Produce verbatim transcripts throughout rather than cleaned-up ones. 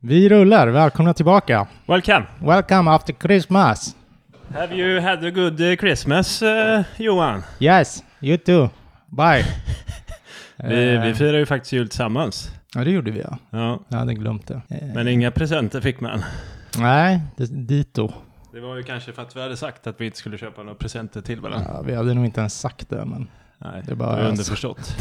Vi rullar, välkomna tillbaka. Welcome. Welcome after Christmas. Have you had a good uh, Christmas, uh, Johan? Yes, you too. Bye. vi, vi firar ju faktiskt jul tillsammans. Ja, det gjorde vi, ja. Ja. Jag hade glömt det. Men inga presenter fick man. Nej, det, dito. Det var ju kanske för att vi hade sagt att vi inte skulle köpa några presenter till varandra. Ja, vi hade nog inte ens sagt det, men... Nej, det är bara det var underförstått.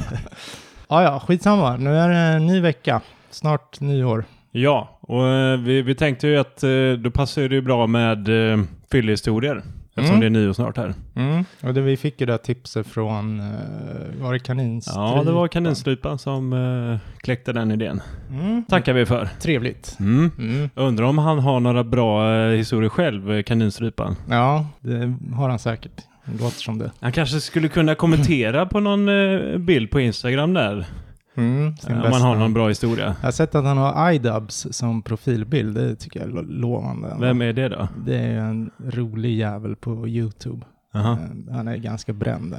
ja, ja, skitsamma. Nu är det en ny vecka. Snart nyår. Ja, och uh, vi, vi tänkte ju att uh, då passar det ju bra med uh, fyllhistorier. Eftersom Mm. det är nyår snart här. Mm. Och det, vi fick ju det tipset från... Uh, var det kaninstrypan? Ja, det var kaninstrypan som uh, kläckte den idén. Mm. Tackar vi för. Trevligt. Mm. Mm. Undrar om han har några bra uh, historier själv, kaninstrypan. Ja, det har han säkert. Det låter som det. Han kanske skulle kunna kommentera på någon uh, bild på Instagram där. Mm, Uh, om man har någon bra historia. Jag har sett att han har iDubbbz som profilbild. Det tycker jag är lovande. Vem är det då? Det är en rolig jävel på YouTube. Aha. Uh, han är ganska bränd.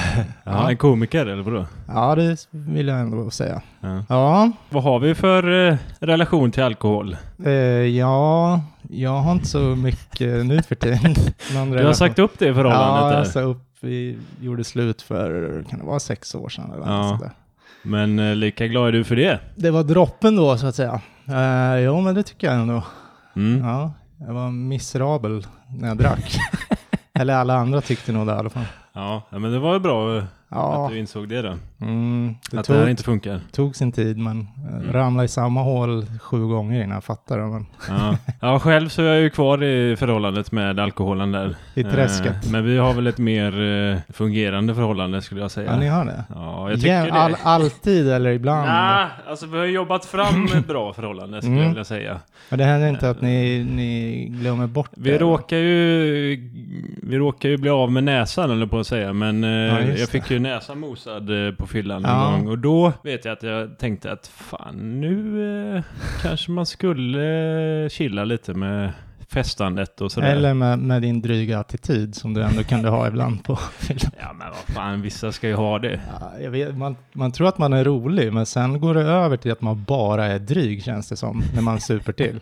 Ja, en komiker eller vadå? Ja, det vill jag ändå säga. Ja. Ja, Vad har vi för uh, relation till alkohol? uh, ja, jag har inte så mycket nu för tiden. Du har sagt upp det i förhållandet ja, där. jag sa upp. Vi gjorde slut för, kan det vara sex år sedan? Eller Ja. något sånt där. Men uh, lika glad är du för det? Det var droppen då, så att säga. Uh, jo, men det tycker jag ändå. Mm. Ja, jag var miserabel när jag drack. Eller alla andra tyckte nog det i alla fall. Ja, men det var ju bra uh, Ja. att du insåg det då. Mm, det att tog, det här inte funkar. tog sin tid, men uh, Mm. ramlade i samma hål sju gånger innan jag fattade det. Men Ja. Ja, själv så är jag ju kvar i förhållandet med alkoholen där. i träsket. Uh, men vi har väl ett mer uh, fungerande förhållande skulle jag säga. Ja, ni har det? Ja, jag tycker Jäm, det. all, alltid eller ibland? Nej, alltså vi har jobbat fram ett bra förhållande skulle Mm. jag vilja säga. Men det händer inte att ni, ni glömmer bort Vi det? råkar ju vi råkar ju bli av med näsan eller på att säga, men eh, Ja, just jag det. fick ju näsan mosad eh, på fyllan Ja. en gång och då vet jag att jag tänkte att fan nu eh, kanske man skulle chilla lite med festandet och sådär. Eller med, med din dryga attityd som du ändå kunde ha ibland på fyllan. Ja, men vad fan, vissa ska ju ha det. Ja, jag vet, man, man tror att man är rolig, men sen går det över till att man bara är dryg, känns det som, när man super till.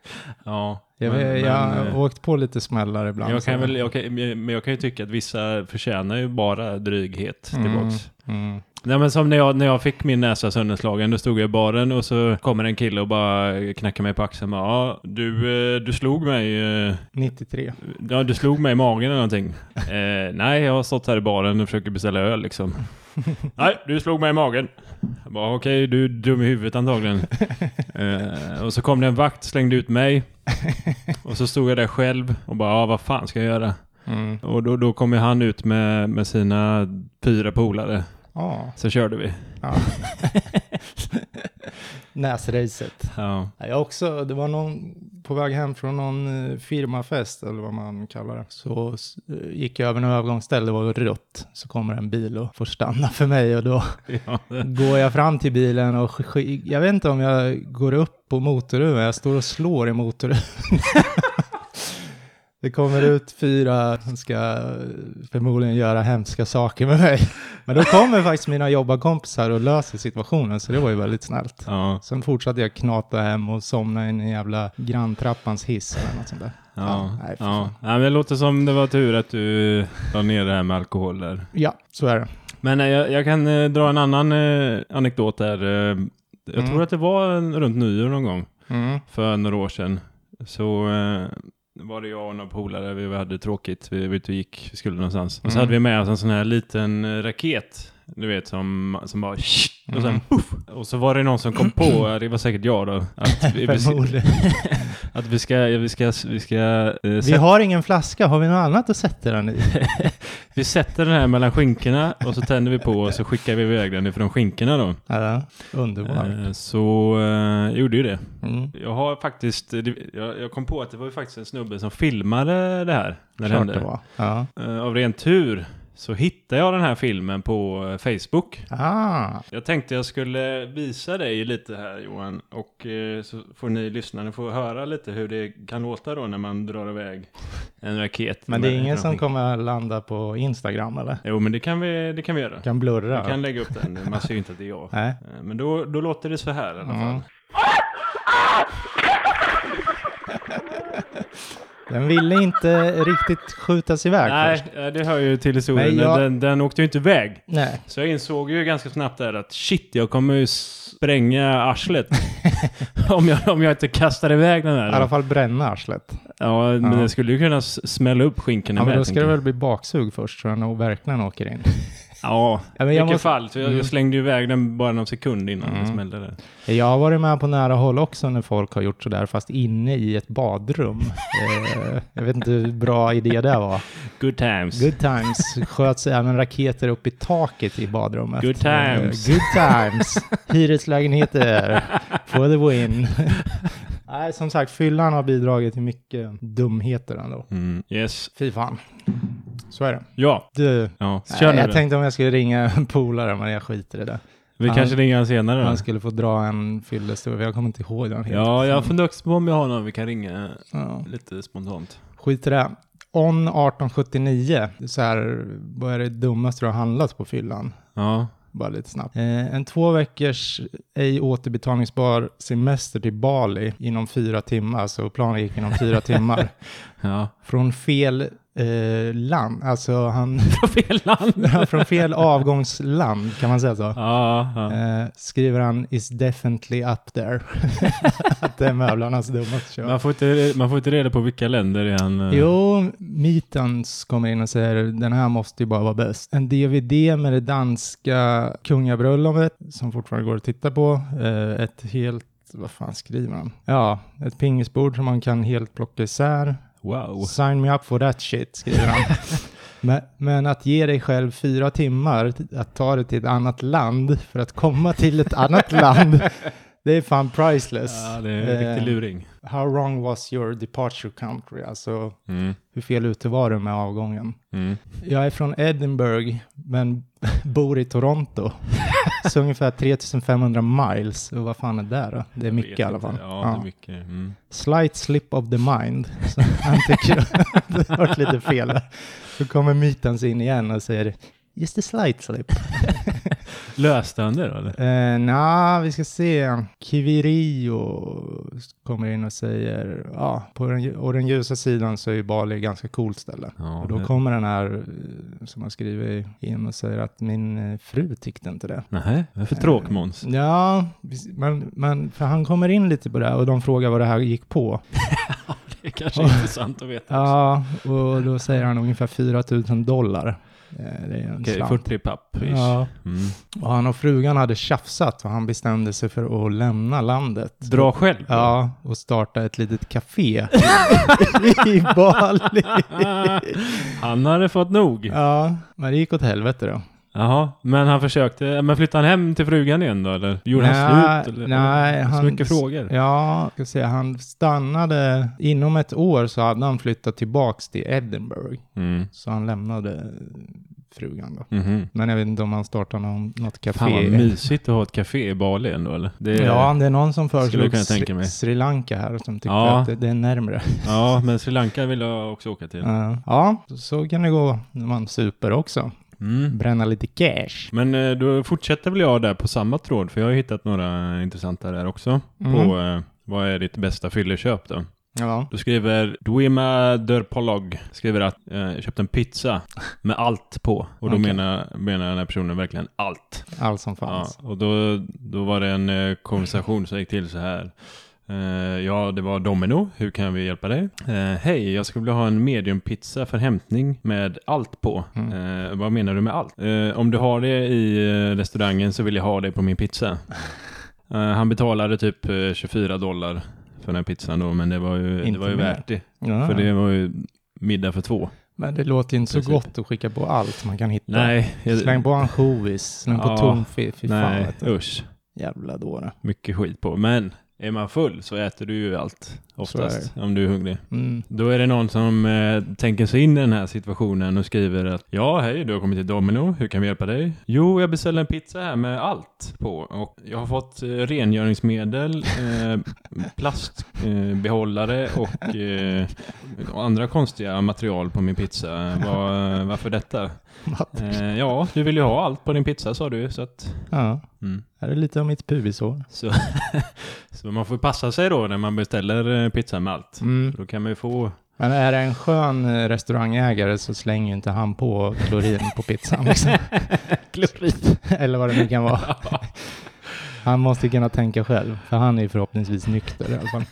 Ja. Jag, men, vet, jag har men, eh, åkt på lite smällar ibland. jag kan så. väl, jag kan, men jag kan ju tycka att vissa förtjänar ju bara dryghet tillbaks. Mm, mm. Nej, men som när jag, när jag fick min näsa sönderslagen, då stod jag i baren och så kommer en kille och bara knackar mig på axeln. Och bara, ja, du, eh, du slog mig. eh, nittiotre. Ja, du slog mig i magen eller någonting. Eh, nej, jag har stått här i baren och försöker beställa öl liksom. Nej, du slog mig i magen. Jag bara, okej, du är dum i huvudet antagligen. eh, och så kom det en vakt, slängde ut mig. Och så stod jag där själv och bara, ja, vad fan ska jag göra? Mm. Och då, då kom ju han ut med, med sina fyra polare. Ja. Så körde vi. Ja. Näsracet. Ja. Jag också, det var någon på väg hem från någon eh, firmafest eller vad man kallar det. Så eh, gick jag över en övergångsställe, det var rött. Så kommer en bil och får stanna för mig och då Ja. går jag fram till bilen och sk- sk- jag vet inte om jag går upp på motorhuven. Jag står och slår i motorhuven. Det kommer ut fyra som ska förmodligen göra hemska saker med mig. Men då kommer faktiskt mina jobbarkompisar och löser situationen, så det var ju väldigt snällt. Ja. Sen fortsatte jag knata hem och somna i en jävla granntrappans hiss eller något sånt där. Ja, nej, för ja. fan. ja men det låter som det var tur att du la ner det här med alkohol där. Ja, så är det. Men eh, jag, jag kan eh, dra en annan eh, anekdot där. Eh, jag Mm. tror att det var en, runt nyår någon gång Mm. för några år sedan. Så eh, var det jag och några polare, vi hade tråkigt, vi var ute och gick, vi skulle någonstans. Och så Mm. hade vi med oss en sån här liten eh, raket, du vet, som, som bara och sen Mm. puff. Och så var det någon som kom på, det var säkert jag då, att vi, vi, Förmodligen. att vi ska, vi ska, vi ska eh, Vi sätta, har ingen flaska, har vi något annat att sätta den i? vi sätter den här mellan skinkorna och så tänder vi på och så skickar vi iväg den ifrån skinkorna då. Ja, underbart. Eh, så eh, gjorde ju det. Mm. Jag har faktiskt, jag, jag kom på att det var ju faktiskt en snubbe som filmade det här när det Klart hände. det var. Ja. Eh, av ren tur så hittade jag den här filmen på eh, Facebook. Ah. Jag tänkte jag skulle visa dig lite här, Johan, och eh, så får ni lyssnare få höra lite hur det kan låta då när man drar iväg en raket. Men det är med- ingen som kommer landa på Instagram eller? Jo, men det kan vi, det kan vi göra. Kan blurra. Jag kan lägga upp den, man ser ju inte att det är jag. Nej. Eh, Men då, då låter det så här i alla fall. Mm. Den ville inte riktigt skjutas iväg Nej, först. det hör ju till historien. Men jag- Den, den åkte ju inte iväg. Nej. Så jag insåg ju ganska snabbt där att shit, jag kommer ju spränga arslet. om, jag, om jag inte kastar iväg den här. I alla fall bränna arslet. Ja, men Ja. det skulle ju kunna s- smälla upp skinken Ja, men med. då ska tänker det jag. väl bli baksug först så den nog verkligen åker in. Ja, Ja, men i jag vilket måste- fall. Så jag, Mm. jag slängde ju iväg den bara någon sekund innan Mm. det smällde där. Jag har varit med på nära håll också när folk har gjort sådär, fast inne i ett badrum. eh, jag vet inte hur bra idé det var. Good times. Good times. Sköts även raketer upp i taket i badrummet. Good times. Eh, good times. Hyreslägenheter. For the win. Nej, som sagt, fyllan har bidragit till mycket dumheter ändå. Mm. Yes. Fy fan. Så är det. Ja. Du, Ja. Kör nej, nu jag då. tänkte om jag skulle ringa en polare, men jag skiter i det. Vi han- kanske ringer han senare då. Han skulle få dra en fyllehistoria, jag kommer inte ihåg den helt. Ja, jag har funderat på om jag har någon vi kan ringa Ja. lite spontant. Skit i det. On arton sjuttionio, så här, vad är det dummaste du har handlat på fyllan? Ja. Bara lite snabbt. Eh, en två veckors ej återbetalningsbar semester till Bali inom fyra timmar, så planen gick inom fyra timmar. Ja. Från fel eh, land, alltså han, Från fel land. från fel avgångsland, kan man säga så? Ja, ja. Eh, skriver han is definitely up there. Att det är möblarnas dummaste köp. Man får inte, man får inte reda på vilka länder är han... eh, Jo, Mitans kommer in och säger den här måste ju bara vara bäst. En D V D med det danska kungabröllopet som fortfarande går att titta på. Eh, ett helt, vad fan skriver han? Ja, ett pingisbord som man kan helt plocka isär. Wow. Sign me up for that shit, skriver han. men, men att ge dig själv fyra timmar att ta dig till ett annat land för att komma till ett annat land, det är fan priceless. Ja, det är en Eh, riktig luring. How wrong was your departure country? Alltså, Mm. hur fel ute var du med avgången? Mm. Jag är från Edinburgh, men bor i Toronto. Så ungefär tre tusen femhundra miles. Och vad fan är det då? Det är mycket Vet i alla inte. fall. Ja, Ja. det är mycket. Mm. Slight slip of the mind. Så han tycker att det har varit lite fel. Så kommer Mytans in igen och säger just a slight slip. Löste han det då? Eller? Eh, Nja, vi ska se. Kivirio kommer in och säger, ja, på den, och den ljusa sidan så är ju Bali ett ganska coolt ställe. Ja, Och då det- kommer den här eh, som har skrivit in och säger att min eh, fru tyckte inte det. Nej, vad är för tråkmåns? Ja, men, men för han kommer in lite på det och de frågar vad det här gick på. Det är kanske är intressant att veta. Ja, och då säger han ungefär fyra tusen dollar. Eh, Det är en Okej, slant. fyrtio papp. Ja, Mm. och han och frugan hade tjafsat och han bestämde sig för att lämna landet. Dra själv? Ja, och starta ett litet café i Bali. Han hade fått nog. Ja, men det gick åt helvete då. Jaha, men han försökte, men flyttade han hem till frugan igen då, eller? Gjorde Nej, han slut? Eller? nej, Så han- mycket frågor. Ja, ska säga, han stannade inom ett år så hade han flyttat tillbaks till Edinburgh. Mm. Så han lämnade frugan då. Mhm. Men jag vet inte om han startar någon, något café. Fan vad mysigt att ha ett café i Bali ändå, eller? Det är, Ja, det är någon som Skulle jag föreslog kunna tänka mig. Sri, Sri Lanka här som tyckte Ja. att det, det är närmare. ja, men Sri Lanka vill jag också åka till. Ja, ja, så kan det gå när man super också. Mm. Bränna lite cash. Men eh, då fortsätter väl jag där på samma tråd, för jag har hittat några intressanta där också. Mm. På eh, vad är ditt bästa fylleköp då? Ja. Då skriver Dwima Dörpolog skriver att eh, jag köpte en pizza med allt på. Och då Okej. menar, menar den här personen verkligen allt. Allt som Ja, fanns. och då, då var det en eh, konversation som gick till så här. Eh, ja, det var Domino. Hur kan vi hjälpa dig? Eh, Hej, jag skulle vilja ha en mediumpizza för hämtning med allt på. Mm. Eh, vad menar du med allt? Eh, om du har det i eh, restaurangen så vill jag ha det på min pizza. Eh, han betalade typ eh, tjugofyra dollar för den här pizzan då, men det var ju, det Inte var ju mer. värt det. Ja. För det var ju middag för två. Men det låter ju inte så Precis. gott att skicka på allt man kan hitta. Nej. Jag, Släng på ansjovis, släng på Ja, tonfisk. Fy fan, nej, vet du. usch. Jävla dåre. Mycket skit på. Men är man full så äter du ju allt. Oftast. Om du är hungrig. Mm. Då är det någon som eh, tänker sig in i den här situationen och skriver att ja, hej, du har kommit till Domino. Hur kan vi hjälpa dig? Jo, jag beställde en pizza här med allt på. Och jag har fått eh, rengöringsmedel, eh, plastbehållare eh, och, eh, och andra konstiga material på min pizza. Var, varför detta? Eh, ja, du vill ju ha allt på din pizza, sa du. Så att, Ja. Mm. Här är lite av mitt pubisår. Så, så man får passa sig då när man beställer pizza med allt. Mm. Då kan man ju få... Men är det en skön restaurangägare så slänger ju inte han på klorin på pizzan. Liksom. Klorin. Eller vad det nu kan vara. Han måste kunna tänka själv. För han är ju förhoppningsvis nykter i alla fall.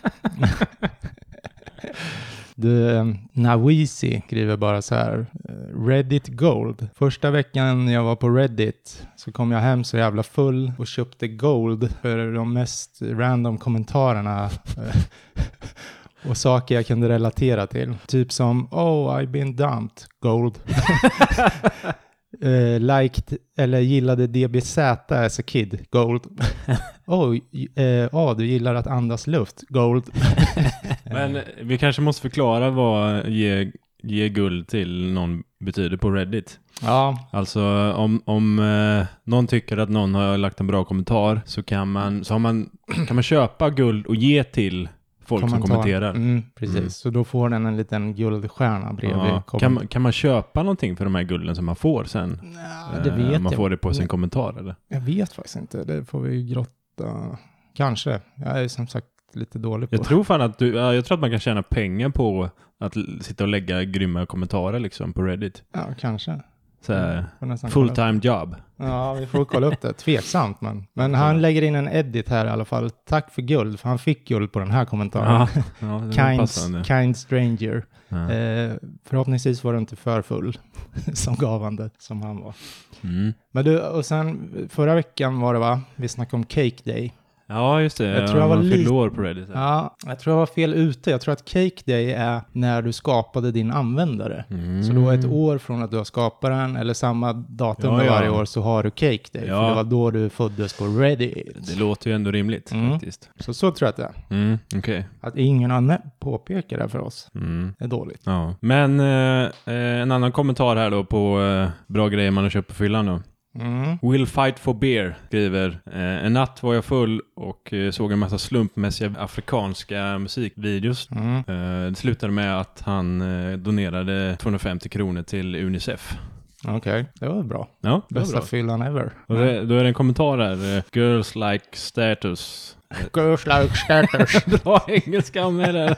Du, Nawisi skriver bara så här. Reddit Gold. Första veckan jag var på Reddit så kom jag hem så jävla full och köpte Gold för de mest random kommentarerna och saker jag kunde relatera till. Typ som, oh I've been dumped, Gold. Uh, liked eller gillade D B Z as a kid, Gold. oh, uh, oh, du gillar att andas luft, Gold. Men vi kanske måste förklara vad ge, ge guld till någon betyder på Reddit. Ja. Alltså om, om eh, någon tycker att någon har lagt en bra kommentar så kan man, så har man, kan man köpa guld och ge till folk Kommentar. som kommenterar. Mm, precis, mm. Så då får den en liten guldstjärna bredvid. Ja. Kan, man, kan man köpa någonting för de här gulden som man får sen? Ja, det vet eh, man jag. får det på sin kommentar eller? Jag vet faktiskt inte, det får vi grotta. Kanske, jag är som sagt lite dålig på. Jag tror fan att du, ja, jag tror att man kan tjäna pengar på att sitta och lägga grymma kommentarer liksom på Reddit. Ja, kanske. Så full-time job. Ja, vi får kolla upp det. Tveksamt, men. Men han lägger in en edit här i alla fall. Tack för guld, för han fick guld på den här kommentaren. Ja, ja, kind, kind stranger. Ja. Eh, förhoppningsvis var det inte för full som gav han det, som han var. Mm. Men du, och sen förra veckan var det va? Vi snackade om Cake Day. Ja, just det. Jag tror jag var lite på Reddit. Ja, jag tror jag var fel ute. Jag tror att Cake Day är när du skapade din användare. Mm. Så då ett år från att du har skapat den eller samma datum ja, ja. varje år så har du Cake Day. Ja. För det var då du föddes på Reddit. Det låter ju ändå rimligt mm. faktiskt. Så så tror jag att det är. Mm, okay. Att ingen har påpekat det för oss mm. är dåligt. Ja. Men eh, en annan kommentar här då på eh, bra grejer man har köpt på fyllan då. Mm. Will fight for beer skriver eh, en natt var jag full och eh, såg en massa slumpmässiga afrikanska musikvideos. Mm. Eh, det slutade med att han eh, donerade tvåhundrafemtio kronor till Unicef. Okej, okay. Det var bra. Ja, det bästa var bra. fyllan ever. Och det, då är det en kommentar där. Eh, Girls like status. Girls like status. Dra engelska med det.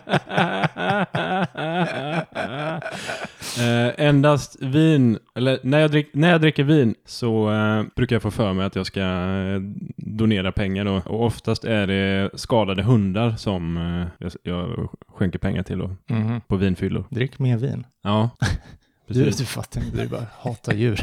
eh, endast vin, eller när jag, drick, när jag dricker vin så eh, brukar jag få för mig att jag ska eh, donera pengar då. Och oftast är det skadade hundar som eh, jag, jag skänker pengar till då, mm-hmm. på vinfyllor. Drick mer vin. Ja. du, du fattar inte, du bara hatar djur.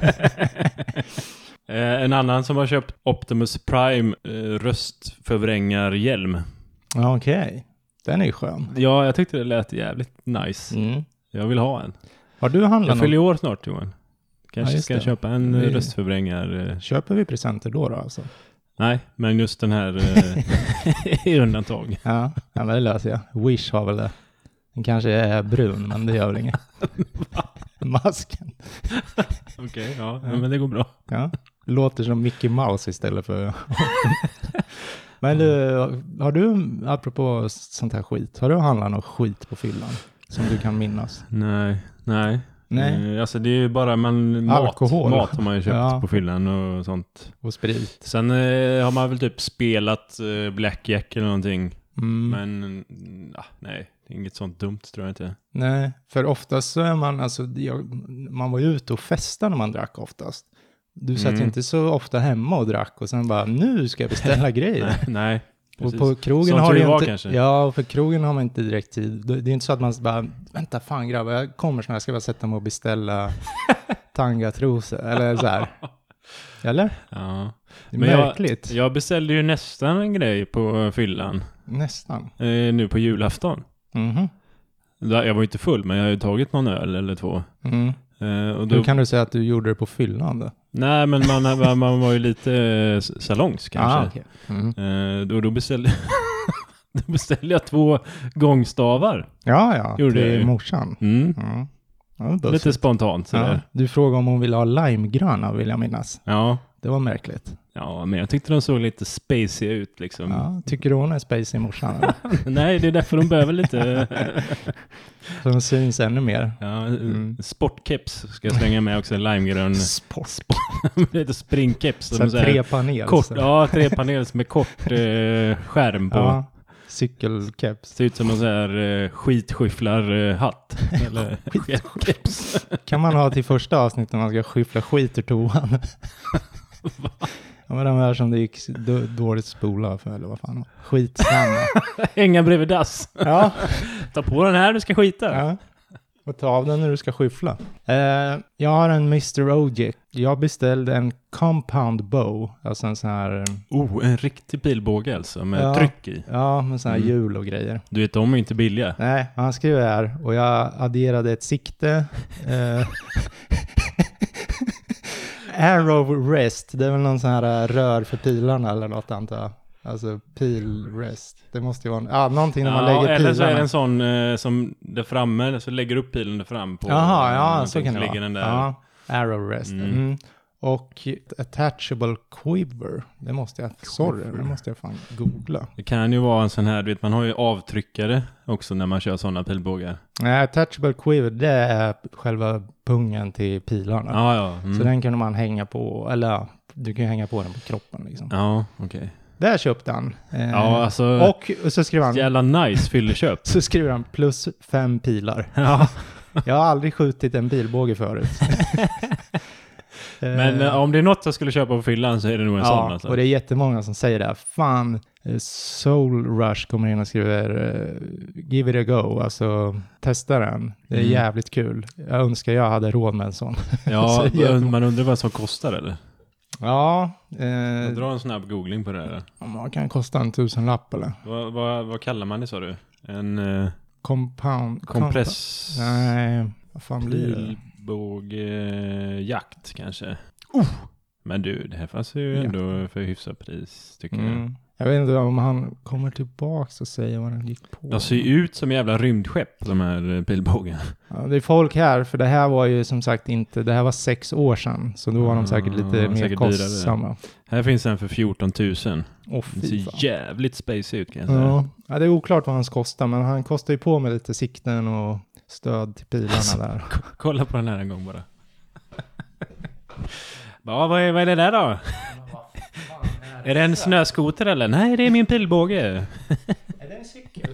Eh, en annan som har köpt Optimus Prime eh, röstförvrängarhjälm. Okej, okay. Den är ju skön. Ja, jag tyckte det lät jävligt nice. Mm. Jag vill ha en. Har du handlat Jag fyller år snart, Johan. Kanske ja, ska det. köpa en vi... röstförvrängare. Köper vi presenter då då alltså? Nej, men just den här eh, är undantag. Ja, ja, men det löser jag. Wish har väl det. Den kanske är brun, men det gör väl inget. Masken. Okej, okay, ja, ja, men det går bra. Ja, låter som Mickey Mouse istället för... Men du, har du, apropå sånt här skit, har du handlat något skit på fyllan som du kan minnas? Nej, nej. Nej. Eh, alltså det är ju bara man, mat, alkohol. mat har man ju köpt ja. på fyllan och sånt. Och sprit. Sen eh, har man väl typ spelat eh, Blackjack eller någonting. Mm. Men ah, nej, inget sånt dumt tror jag inte. Nej, för oftast så är man, alltså, jag, man var ju ute och festade när man drack oftast. Du satt mm. inte så ofta hemma och drack och sen bara, nu ska jag beställa grejer. nej, nej. Precis. Och på krogen som har det du var, inte, kanske. Ja, och för krogen har man inte direkt tid. Det är inte så att man bara, vänta fan grabbar, jag kommer snart, jag ska bara sätta mig och beställa tangatrosor, eller så här. Eller? Ja. Det är Men märkligt. Jag, jag beställde ju nästan en grej på fyllan. Nästan? Eh, nu på julafton. Mhm. Jag var inte full, men jag har ju tagit någon öl eller två. Mm. Eh, och då... Hur kan du säga att du gjorde det på fyllan då? Nej, men man, man var ju lite salongs kanske. Ah, okay. mm. eh, då, då, beställde... då beställde jag två gångstavar. Ja, ja. Gjorde till jag. morsan. Mm. Mm. Ja, lite spontant. Ja. Du frågade om hon ville ha limegröna, vill jag minnas. Ja. det var märkligt. Ja, men jag tyckte de såg lite spacey ut liksom. Ja, tycker du hon är spacey morsan? Nej, det är därför de behöver lite... Så de syns ännu mer. Ja, Mm. sportkeps ska jag slänga med också, limegrön. Sport. Lite springkeps. Så här tre panel. Kort, så. ja, tre panels med kort eh, skärm på. Ja, cykelkeps. Ser ut som en sån här eh, skitskyfflar-hatt. Eller keps. Kan man ha till första avsnittet när man ska skyffla skit ur toan? Ja, men de här som det gick d- dåligt spola för, eller vad fan. Skitsamma. Hänga bredvid dass. Ja. Ta på den här, du ska skita. Ja. Och ta av den när du ska skyffla. Eh, jag har en mister Ojek. Jag beställde en compound bow. Alltså en sån här... Oh, en riktig pilbåge alltså, med Ja. tryck i. Ja, med sån här Mm. hjul och grejer. Du vet, de är inte billiga. Nej, han skriver här. Och jag adderade ett sikte. Eh, Arrow rest. Det är väl någon sån här rör för pilarna eller något, antar jag. Alltså pil rest. Det måste ju vara... Ja, någonting när man Ja, lägger eller så är det pilarna. en sån eh, som där framme, så lägger upp pilen där fram på. Jaha, ja, någonting, så kan det ligger vara. den där. Ja, arrow rest. Mm. Mm. Och attachable quiver. Det måste jag... Sorry, det måste jag fan googla. Det kan ju vara en sån här, du vet, man har ju avtryckare också när man kör sådana pilbågar. Nej, attachable quiver, det är själva pungen till pilarna. Ja, ja. Mm. Så den kunde man hänga på, eller ja, du kan ju hänga på den på kroppen liksom. Ja, okej. Där köpte han. Eh, Ja, alltså. och så skriver han, Jävla nice fylleköp. så skriver han plus fem pilar. Ja. Jag har aldrig skjutit en pilbåge förut. Men eh, om det är något jag skulle köpa på fyllan så är det nog en sån Ja, alltså. och det är jättemånga som säger det. Fan, eh, Soul Rush kommer in och skriver eh, give it a go, alltså testa den. Det är Mm. jävligt kul. Jag önskar jag hade råd med en sån. Ja, Så jävla- man undrar vad som kostar eller? Ja, Jag eh, drar en snabb googling på det här. man kan kosta en tusenlapp eller? Vad, vad, vad kallar man det, sa du? En eh, Compound... kompress... Kompa- Nej, vad fan blir det? Pilbågjakt kanske. Uh! Men du, det här fanns ju Ja. ändå för hyfsat pris, tycker jag. Mm. Jag vet inte om han kommer tillbaka och säger vad den gick på. De ser ju ut som jävla rymdskepp, de här eh, pilbågarna. Ja, det är folk här, för det här var ju som sagt inte, det här var sex år sedan. Så då var de säkert lite Ja, mer säkert dyrare. kostsamma. Här finns en för fjorton tusen. Åh Det fy ser fan. jävligt space ut kan jag säga. Ja. Ja, det är oklart vad hans kostar, men han kostar ju på med lite sikten och stöd till pilarna Alltså, där. Kolla på den här en gång bara. Ja, vad är, vad är det där då? Är det en snöskoter eller? Nej, det är min pilbåge. Är det en cykel?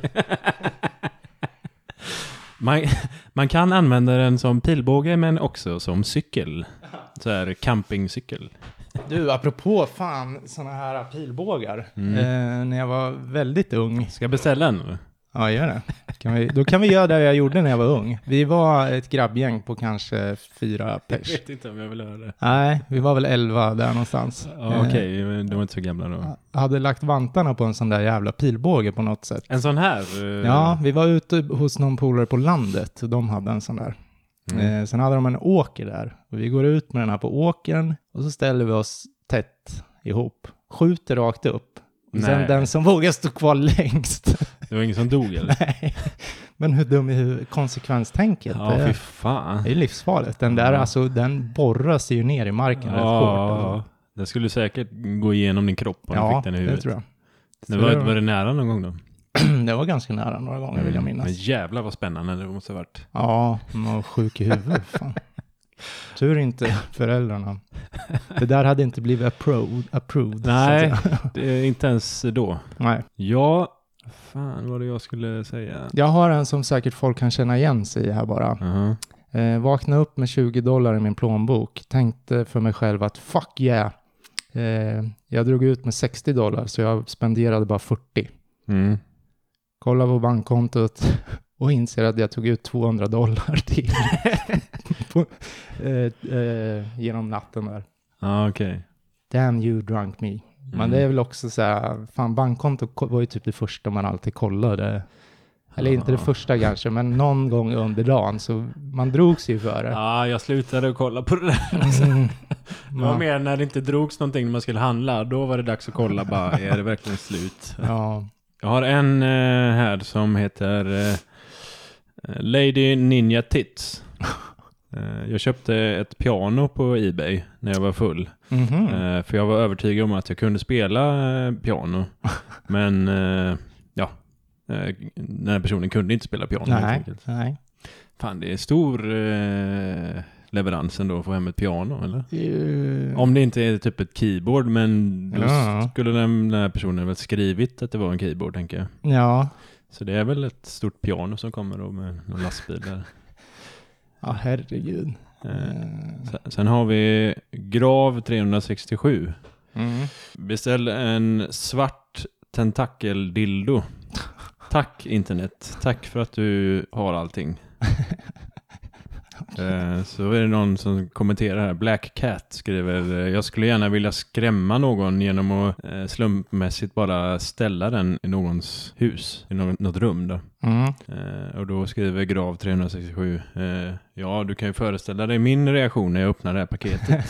Man, man kan använda den som pilbåge men också som cykel. Så här campingcykel. Du, apropå fan såna här pilbågar. Mm. Eh, när jag var väldigt ung. Ska jag beställa en? eller? Ja, gör det. Kan vi, då kan vi göra det jag gjorde när jag var ung. Vi var ett grabbgäng på kanske fyra Jag pers. vet inte om jag vill höra det. Nej, vi var väl elva där någonstans. Ja, okej, men de var inte så gamla då. Jag hade lagt vantarna på en sån där jävla pilbåge på något sätt. En sån här? eh, Ja, vi var ute hos någon polare på landet och de hade en sån där. Mm. Eh, sen hade de en åker där. Och vi går ut med den här på åkern och så ställer vi oss tätt ihop. Skjuter rakt upp. Och sen Nej. den som vågar stå kvar längst. Det var ingen som dog eller? Nej. Men hur dum är hur konsekvenstänket? Ja, det, fy är, fan. det är livsfarligt. Den där, Ja. alltså, den borrar sig ju ner i marken rätt hårt. Ja, Alltså. det skulle säkert gå igenom din kropp om du Ja, fick den i det huvudet. tror jag. Det Så var, det- var det nära någon gång då? Det var ganska nära några gånger vill jag minnas. Men jävlar vad spännande det måste ha varit. Ja, man var sjuk i huvudet. Fan. Tur inte föräldrarna. Det där hade inte blivit approved. approved så att Nej, säga. det är inte ens då. Nej. Ja, fan vad var det jag skulle säga? Jag har en som säkert folk kan känna igen sig i här bara. Uh-huh. Eh, vakna upp med tjugo dollar i min plånbok. Tänkte för mig själv att fuck yeah. Eh, jag drog ut med sextio dollar så jag spenderade bara fyrtio. Mm. Kolla på bankkontot och inser att jag tog ut tvåhundra dollar till på, eh, eh, genom natten där. Ja, okej. Damn you drunk me. Men Mm. det är väl också så här, fan bankkonto ko- var ju typ det första man alltid kollade. Eller inte det Ja. första kanske, men någon gång under dagen så man drogs ju för det. Ja, jag slutade kolla på det där. Mm. Det var mer när det inte drogs någonting när man skulle handla. Då var det dags att kolla bara, är det verkligen slut? Ja. Jag har en eh, här som heter eh, Lady Ninja Tits. Eh, jag köpte ett piano på eBay när jag var full. Mm-hmm. Eh, för jag var övertygad om att jag kunde spela eh, piano. Men eh, ja, eh, den här personen kunde inte spela piano. Nej, nej. Fan, det är stor eh, leverans ändå att få hem ett piano, eller? Uh... Om det inte är typ ett keyboard, men då Ja. skulle den, den här personen väl skrivit att det var en keyboard, tänker jag. Ja. Så det är väl ett stort piano som kommer då med någon lastbil där. Ja, herregud. Eh, sen, sen har vi Grav trehundrasextiosju. Mm. Beställ en svart tentakeldildo. Tack internet. Tack för att du har allting. eh, så är det någon som kommenterar här. Black Cat skriver: jag skulle gärna vilja skrämma någon genom att eh, slumpmässigt bara ställa den i någons hus. I något, något rum då. Mm. Eh, och då skriver Grav trehundrasextiosju: eh, ja, du kan ju föreställa dig min reaktion när jag öppnar det här paketet.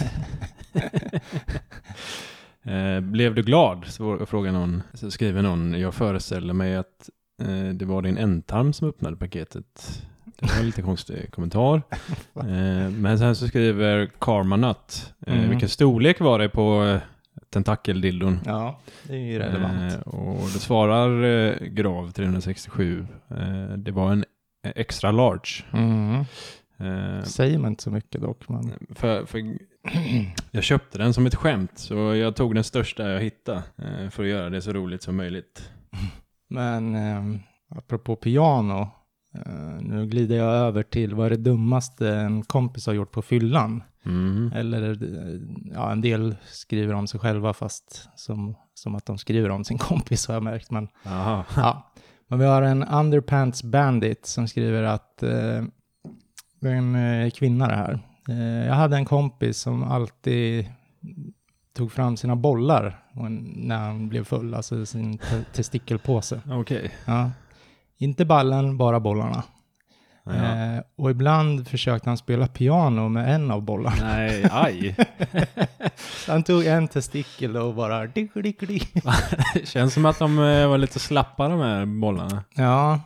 eh, blev du glad? Så frågar någon. Så skriver någon: jag föreställer mig att eh, det var din ändtarm som öppnade paketet. Det var en lite konstig kommentar. Eh, men sen så skriver Karmanut: eh, Mm. vilken storlek var det på eh, tentakeldildon? Ja, det är ju relevant. Eh, och det svarar eh, Grav trehundrasextiosju. Eh, det var en eh, extra large. Mm. Eh, Säger man inte så mycket dock. Men... för, för jag köpte den som ett skämt, så jag tog den största jag hittade eh, för att göra det så roligt som möjligt. Men eh, apropå piano, eh, nu glider jag över till vad är det dummaste en kompis har gjort på fyllan. Mm. Eller eh, ja, en del skriver om sig själva fast som, som att de skriver om sin kompis har jag märkt. Men, Aha. ja. Men vi har en Underpants Bandit som skriver att eh, det är en eh, kvinna det här. Eh, jag hade en kompis som alltid tog fram sina bollar när han blev full, alltså sin te- testikelpåse. Okej. Ja. Inte ballen, bara bollarna. Ja. Eh, och ibland försökte han spela piano med en av bollarna. Nej, aj. Han tog en testikel och bara... Dick, dick, dick. Det känns som att de eh, var lite slappa, de här bollarna. Ja.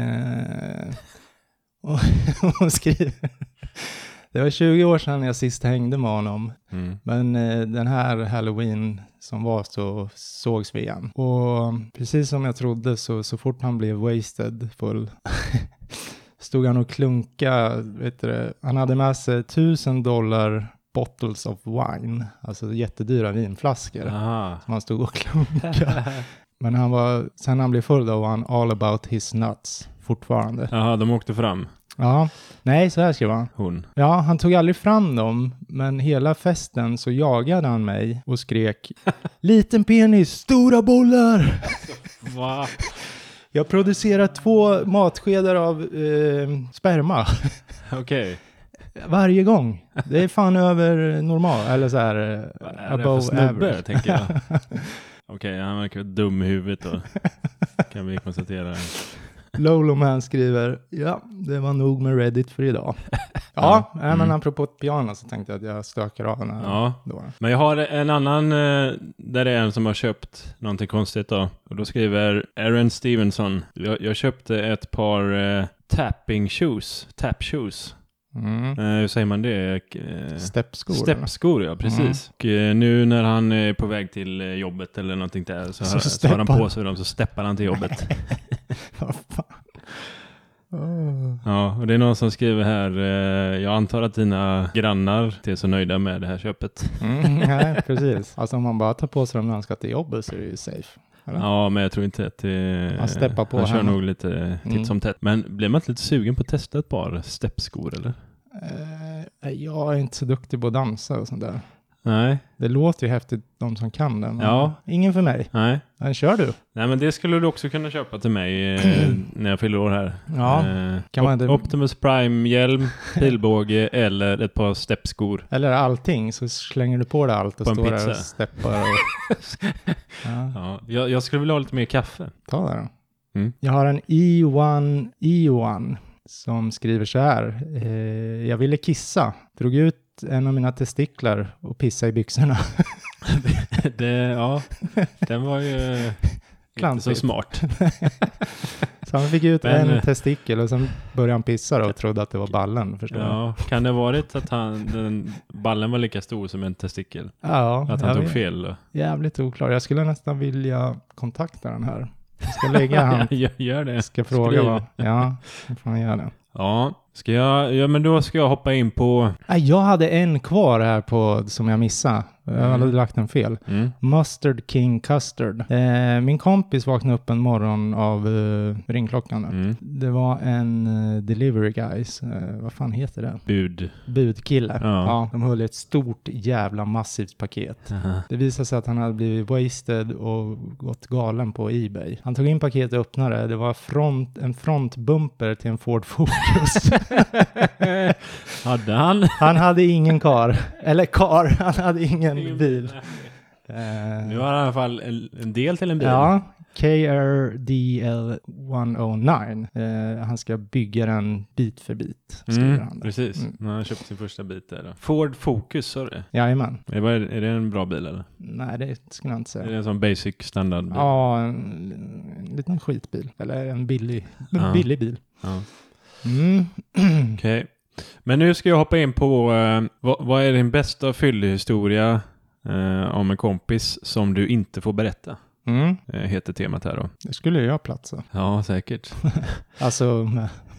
Eh, och hon skriver... Det var tjugo år sedan jag sist hängde med honom. Mm. Men eh, den här Halloween som var så sågs vi igen. Och precis som jag trodde så, så fort han blev wasted full stod han och klunka, vet du det, han hade med sig tusen dollar bottles of wine, alltså jättedyra vinflaskor. Aha. Som han stod och klunka. Men han var, sen han blev full då var han all about his nuts fortfarande. Jaha, de åkte fram. Ja, nej så här skrev han. Hon. Ja, han tog aldrig fram dem, men hela festen så jagade han mig och skrek liten penis, stora bollar! Va? Jag producerar två matskedar av eh, sperma Okej. varje gång. Det är fan över normal, eller så här eh, Vad är det för above snubbe, average. tänker jag. Okej, han verkar dum i huvudet då. Kan vi konstatera. Lolo Man skriver, ja, det var nog med Reddit för idag. Ja, Ja. nej, men Mm. apropå ett piano så tänkte jag att jag stökar av den här Ja. då. Men jag har en annan eh, där det är en som har köpt någonting konstigt då. Och då skriver Aaron Stevenson: Jag, jag köpte ett par eh, tapping shoes. Tap shoes. Mm. Eh, hur säger man det? Eh, Steppskor. Steppskor, ja, precis. Och eh, nu när han är på väg till eh, jobbet eller någonting där så, Så har, så har han steppar. på sig dem, så steppar han till jobbet. Vad fan. Oh. Ja, och det är någon som skriver här: eh, jag antar att dina grannar är så nöjda med det här köpet. Mm, nej, precis. Alltså om man bara tar på sig dem när han ska till jobbet så är det ju safe. Eller? Ja, men jag tror inte att det... Han steppar på Han kör hemma. nog lite titt Mm. som tätt. Men blir man inte lite sugen på att testa ett par steppskor, eller? Eh, jag är inte så duktig på att dansa och sånt där. Nej, Det låter ju häftigt, de som kan det. Men Ja. ingen för mig. nej. Men kör du? Nej, men det skulle du också kunna köpa till mig eh, när jag fyller år här. Ja, Eh, kan man Op- inte- Optimus Prime-hjälm, pilbåge eller ett par steppskor. Eller allting, så slänger du på det allt och På en står där pizza. och steppar. Och... ja, Ja, jag, jag skulle vilja ha lite mer kaffe. ta det då. Mm. Jag har en E ett E ett som skriver så här. Eh, jag ville kissa. Drog ut en av mina testiklar och pissa i byxorna. det, ja, den var ju inte så Klantigt. smart. Så Han fick ut Men, en testikel och sen började han pissa då och trodde att det var ballen, förstår jag. Ja, kan det varit att han, den, ballen var lika stor som en testikel? Ja, Att han jag tog vet. fel då? Jävligt oklar. Jag skulle nästan vilja kontakta den här. Jag ska lägga han. Ja, gör det. Jag ska fråga Skriv. vad. Ja, jag får göra det. Ja, ska jag, ja, men då ska jag hoppa in på... Nej, jag hade en kvar här på som jag missade. Jag hade Mm. lagt den fel. Mm. Mustard King Custard. Eh, min kompis vaknade upp en morgon av eh, ringklockan. Mm. Det var en eh, delivery guys. Eh, vad fan heter det? Bud. Budkille. Ja. Ja, de höll ett stort jävla massivt paket. Aha. Det visade sig att han hade blivit wasted och gått galen på eBay. Han tog in paketet och öppnade. Det var front, en frontbumper till en Ford Focus. Hade han? Han hade ingen kar. Eller kar, han hade ingen bil. Nu Eh, har han i alla fall en, en del till en bil. ja, K R D L etthundranio. Eh, han ska bygga den bit för bit, skriver Mm, han där. precis. Mm. Nu har han köpt sin första bit där då. Ford Focus, sa du? Jajamän. Är det, är det en bra bil eller? Nej, det skulle jag inte Är säga. det en sån basic standardbil? Ja, en, en liten skitbil. Eller en billig, en Ja. billig bil. Ja. Mm. Okej. Men nu ska jag hoppa in på eh, vad, vad är din bästa fyllehistoria eh, om en kompis som du inte får berätta? Mm. Eh, heter temat här då. Det skulle jag platsa. Ja, säkert. Alltså,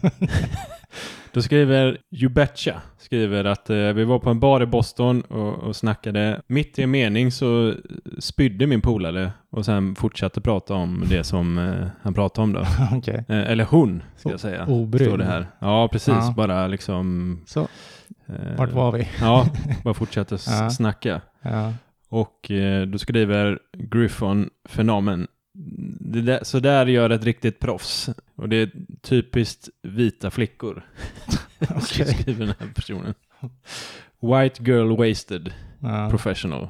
Då skriver You Betcha, skriver att eh, vi var på en bar i Boston och, och snackade. Mitt i en mening så spydde min polare och sen fortsatte prata om det som eh, han pratade om då. okej. Eh, eller hon, ska jag säga. Obrydd. Står det här. Ja, precis. Ja. Bara liksom... Så, Eh, vart var vi? Ja, bara fortsätta s- Ja. snacka. Ja. Och eh, då skriver Griffon Fenomen. Det där, så där gör ett riktigt proffs. Och det är typiskt vita flickor. Okej. Skriver den här personen. White girl wasted. Ja. Professional.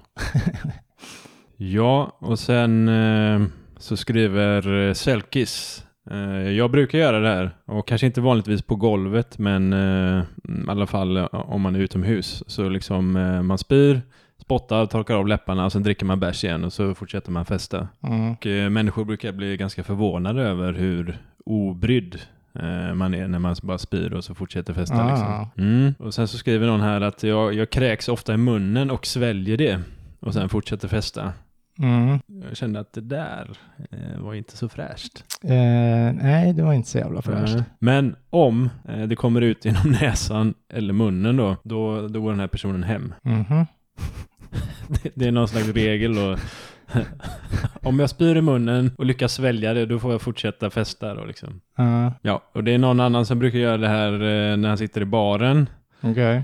Ja, och sen eh, så skriver eh, Selkis. Eh, jag brukar göra det här. Och kanske inte vanligtvis på golvet. Men eh, i alla fall eh, om man är utomhus. Så liksom eh, man spyr, spottar, torkar av läpparna. Och sen dricker man bärs igen. Och så fortsätter man festa. Mm. Och eh, människor brukar bli ganska förvånade över hur obrydd eh, man är när man bara spyr och så fortsätter festa. Ah. Liksom. Mm. Och sen så skriver någon här att jag, jag kräks ofta i munnen och sväljer det. Och sen fortsätter festa. Mm. Jag kände att det där eh, var inte så fräscht. Eh, nej, det var inte så jävla fräscht. Mm. Men om eh, det kommer ut genom näsan eller munnen då, då, då går den här personen hem. Mhm. Det, det är någon slags regel och om jag spyr i munnen och lyckas svälja det, då får jag fortsätta festa då liksom. Ja, Ja, och det är någon annan som brukar göra det här eh, när han sitter i baren. okej.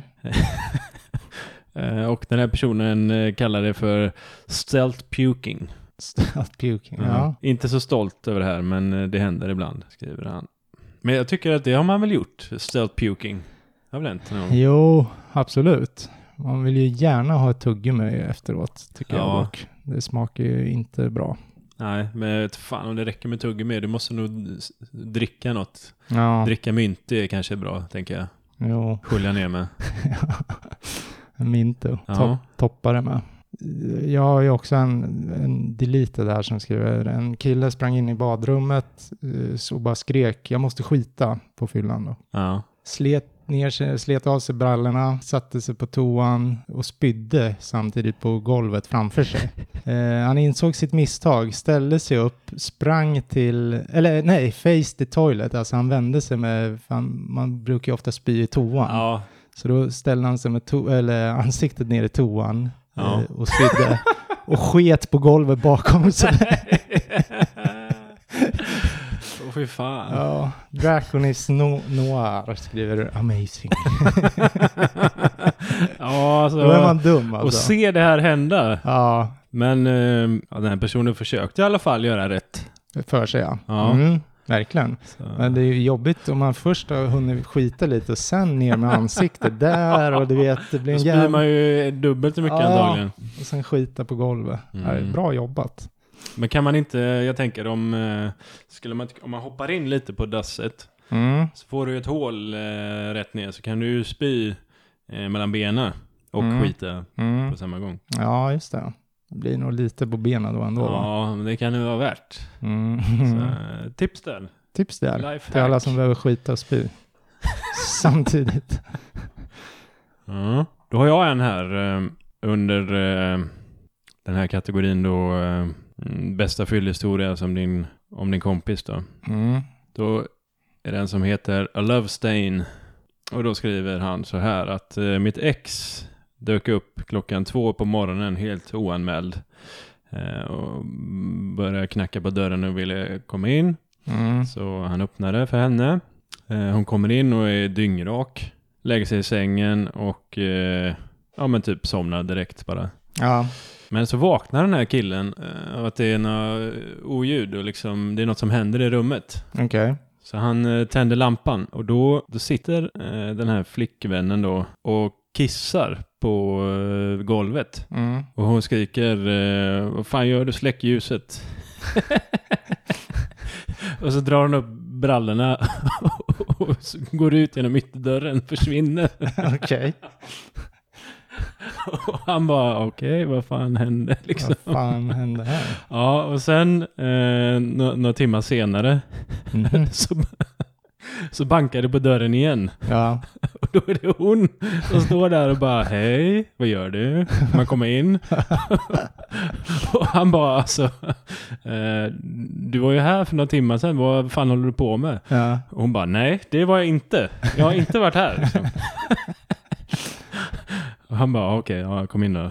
Eh, och den här personen eh, kallar det för stealth puking. Stealth puking, Ja. ja. Inte så stolt över det här, men eh, det händer ibland, skriver han. Men jag tycker att det har man väl gjort, stealth puking. Har väl hänt någon gång? Jo, absolut. Man vill ju gärna ha ett tuggummi efteråt, tycker Ja. jag dock. Det smakar ju inte bra. Nej, men vet fan om det räcker med tuggummi. Du måste nog s- dricka något. Ja, Dricka mynt är kanske bra, tänker jag. jo. Skölja ner med. Minto. Ja. Top, toppar det med. Jag har ju också en, en delete där som skriver: en kille sprang in i badrummet eh, och bara skrek, jag måste skita, på fyllan då. Ja. Slet ner sig, slet av sig brallorna, satte sig på toan och spydde samtidigt på golvet framför sig. Eh, han insåg sitt misstag, ställde sig upp, sprang till, eller nej, face the toilet. Alltså han vände sig med, fan, man brukar ju ofta spy i toan. Ja. Så då ställde han sig med to- eller ansiktet ner i toan Ja. eh, och spydde och sket på golvet bakom sig. Åh fy fan. Ja, Draconis no- Noir skriver amazing. Ja, alltså. Då är man dum Och alltså. se det här hända. Ja, Men eh, ja, den här personen försökte i alla fall göra rätt. för sig ja. Ja. Mm, verkligen. Så. Men det är ju jobbigt om man först har hunnit skita lite och sen ner med ansiktet där och du vet, det blir Då en spyr jävla... man ju dubbelt så mycket Ja. antagligen. Och sen skita på golvet. Mm. Ja, det är bra jobbat. Men kan man inte, jag tänker om, eh, skulle man, om man hoppar in lite på dasset Mm. så får du ett hål eh, rätt ner så kan du ju spy eh, mellan benen och Mm. skita Mm. på samma gång. Ja, just det. Det blir nog lite på benen då ändå. va? Ja, men det kan ju vara värt. Mm. Så, eh, tips där. tips där. Lifehack. Till alla som behöver skita och spy. Samtidigt. Ja. Då har jag en här eh, under eh, den här kategorin då eh, bästa fyllhistoria som din, om din kompis då. Mm. Då är det en som heter A Love Stain. Och då skriver han så här att eh, mitt ex dök upp klockan två på morgonen helt oanmäld. Eh, och började knacka på dörren och ville komma in. Mm. Så han öppnade för henne. Eh, hon kommer in och är dyngrak. Lägger sig i sängen och eh, ja men typ somnar direkt bara. Ja. Men så vaknar den här killen eh, av att det är något oljud och liksom det är något som händer i rummet. Okej. Okay. Så han eh, tänder lampan och då, då sitter eh, den här flickvännen då och kissar på eh, golvet. Mm. Och hon skriker, eh, vad fan gör du? Släck ljuset. Och så drar hon upp brallorna och går ut genom ytterdörren, försvinner. Okej. Okay. Och han bara, okej, okay, vad fan hände? Liksom. Vad fan hände här? Ja, och sen eh, nå- några timmar senare mm. så, så bankar det på dörren igen. Ja. Och då är det hon som står där och bara, hej, vad gör du? Man kommer in. Och han bara, alltså, eh, du var ju här för några timmar sedan, vad fan håller du på med? Ja. Och hon bara, nej, det var jag inte. Jag har inte varit här. Liksom. Och han bara, okej, okay, ja, kom in då.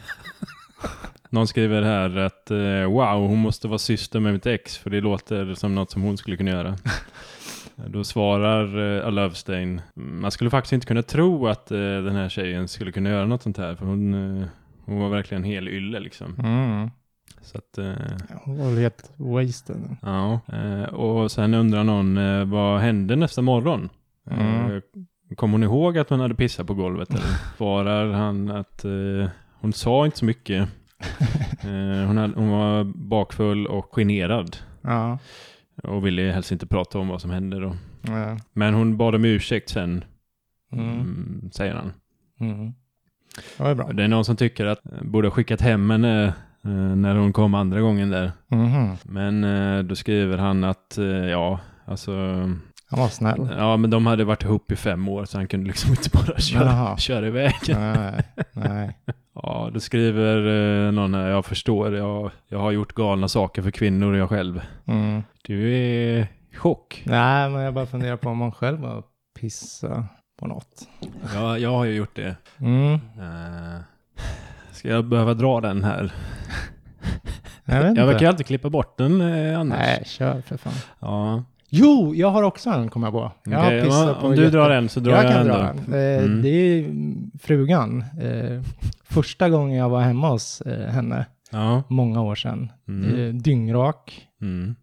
Någon skriver här att eh, wow, hon måste vara syster med mitt ex för det låter som något som hon skulle kunna göra. Då svarar eh, A Love Stain, man skulle faktiskt inte kunna tro att eh, den här tjejen skulle kunna göra något sånt här för hon, eh, hon var verkligen hel ylle liksom. Mm. Så att, eh, hon var helt wasted. Ja, eh, och sen undrar någon eh, vad hände nästa morgon? Mm. Eh, Kom hon ihåg att hon hade pissat på golvet? Eller svarar han att eh, hon sa inte så mycket. Eh, hon, hade, hon var bakfull och generad. Ja. Och ville helst inte prata om vad som hände då. Ja. Men hon bad om ursäkt sen, mm. Mm, säger han. Mm. Det var bra. Det är någon som tycker att borde ha skickat hem henne eh, när hon kom andra gången där. Mm. Men eh, då skriver han att eh, ja, alltså... Han var snäll. Ja, men de hade varit ihop i fem år så han kunde liksom inte bara köra, köra iväg. Nej, nej. Ja, då skriver eh, någon här, jag förstår, jag, jag har gjort galna saker för kvinnor jag själv. Mm. Du är chock. Nej, men jag bara funderar på om man själv har pissa på något. Ja, jag har ju gjort det. Mm. Uh, ska jag behöva dra den här? Jag vet inte. Jag verkar alltid klippa bort den eh, annars. Nej, kör för fan. Ja. Jo, jag har också en, kommer jag på. Jag okay, har pissat på om du jätte... drar en så drar jag, jag en. Dra då. en. Eh, mm. Det är frugan. Eh, första gången jag var hemma hos eh, henne, ja. många år sedan. Mm. Eh, dyngrak. Mm.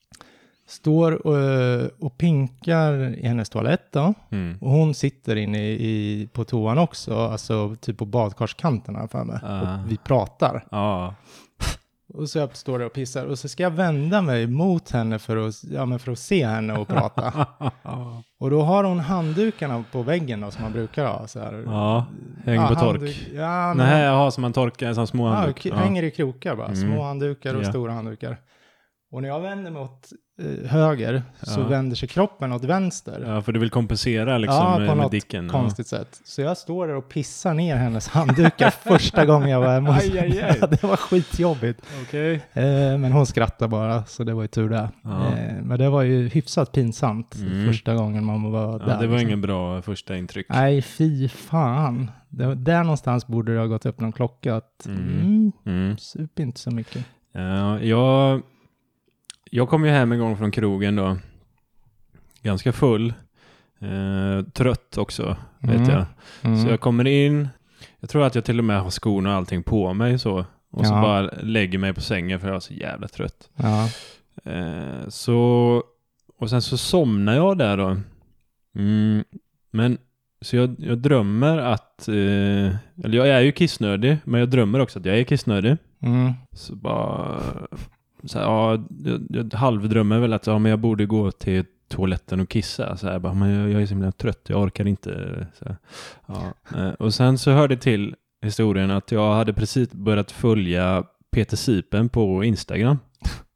Står och, och pinkar i hennes toalett då. Mm. Och hon sitter inne i, i, på toan också. Alltså typ på badkarskanterna för mig. Ah. Och vi pratar. Ja. Och så jag står där och pissar. Och så ska jag vända mig mot henne för att, ja, men för att se henne och prata. Och då har hon handdukarna på väggen då, som man brukar ha. Så här. Ja, hänger ja, på tork. Handduk, ja, Nej, jag har som man torkar, som små ja, handduk. Ja, hänger i krokar bara. Mm. Små handdukar och ja. stora handdukar. Och när jag vänder mig åt eh, höger så ja. vänder sig kroppen åt vänster. Ja, för du vill kompensera liksom ja, med, på med något dicken. konstigt ja. sätt. Så jag står där och pissar ner hennes handdukar första gången jag var hemma. Aj, aj, aj. Det var skitjobbigt. Okej. Eh, men hon skrattade bara, så det var ju tur det. Ja. Eh, men det var ju hyfsat pinsamt Mm. första gången man var Ja, där. det var liksom. ingen bra första intryck. Nej, fy fan. Det, där någonstans borde det ha gått upp någon klocka att Mm. mm, Mm. sup inte så mycket. Ja, jag, jag kom ju hem en gång från krogen då. Ganska full. Eh, trött också, vet Mm. jag. Mm. Så jag kommer in. Jag tror att jag till och med har skorna och allting på mig så. Och så Ja. bara lägger mig på sängen för jag är så jävla trött. Ja. Eh, så, och sen så somnar jag där då. Mm, men så jag, jag drömmer att, eh, eller jag är ju kissnödig, men jag drömmer också att jag är kissnödig. Mm. Så bara, så här, ja, jag, jag halvdrömmer väl att ja, men jag borde gå till toaletten och kissa. Så här, bara, men jag, jag är så himla trött, jag orkar inte. Så här, ja. eh, och sen så hörde till historien att jag hade precis börjat följa Peter Sipen på Instagram.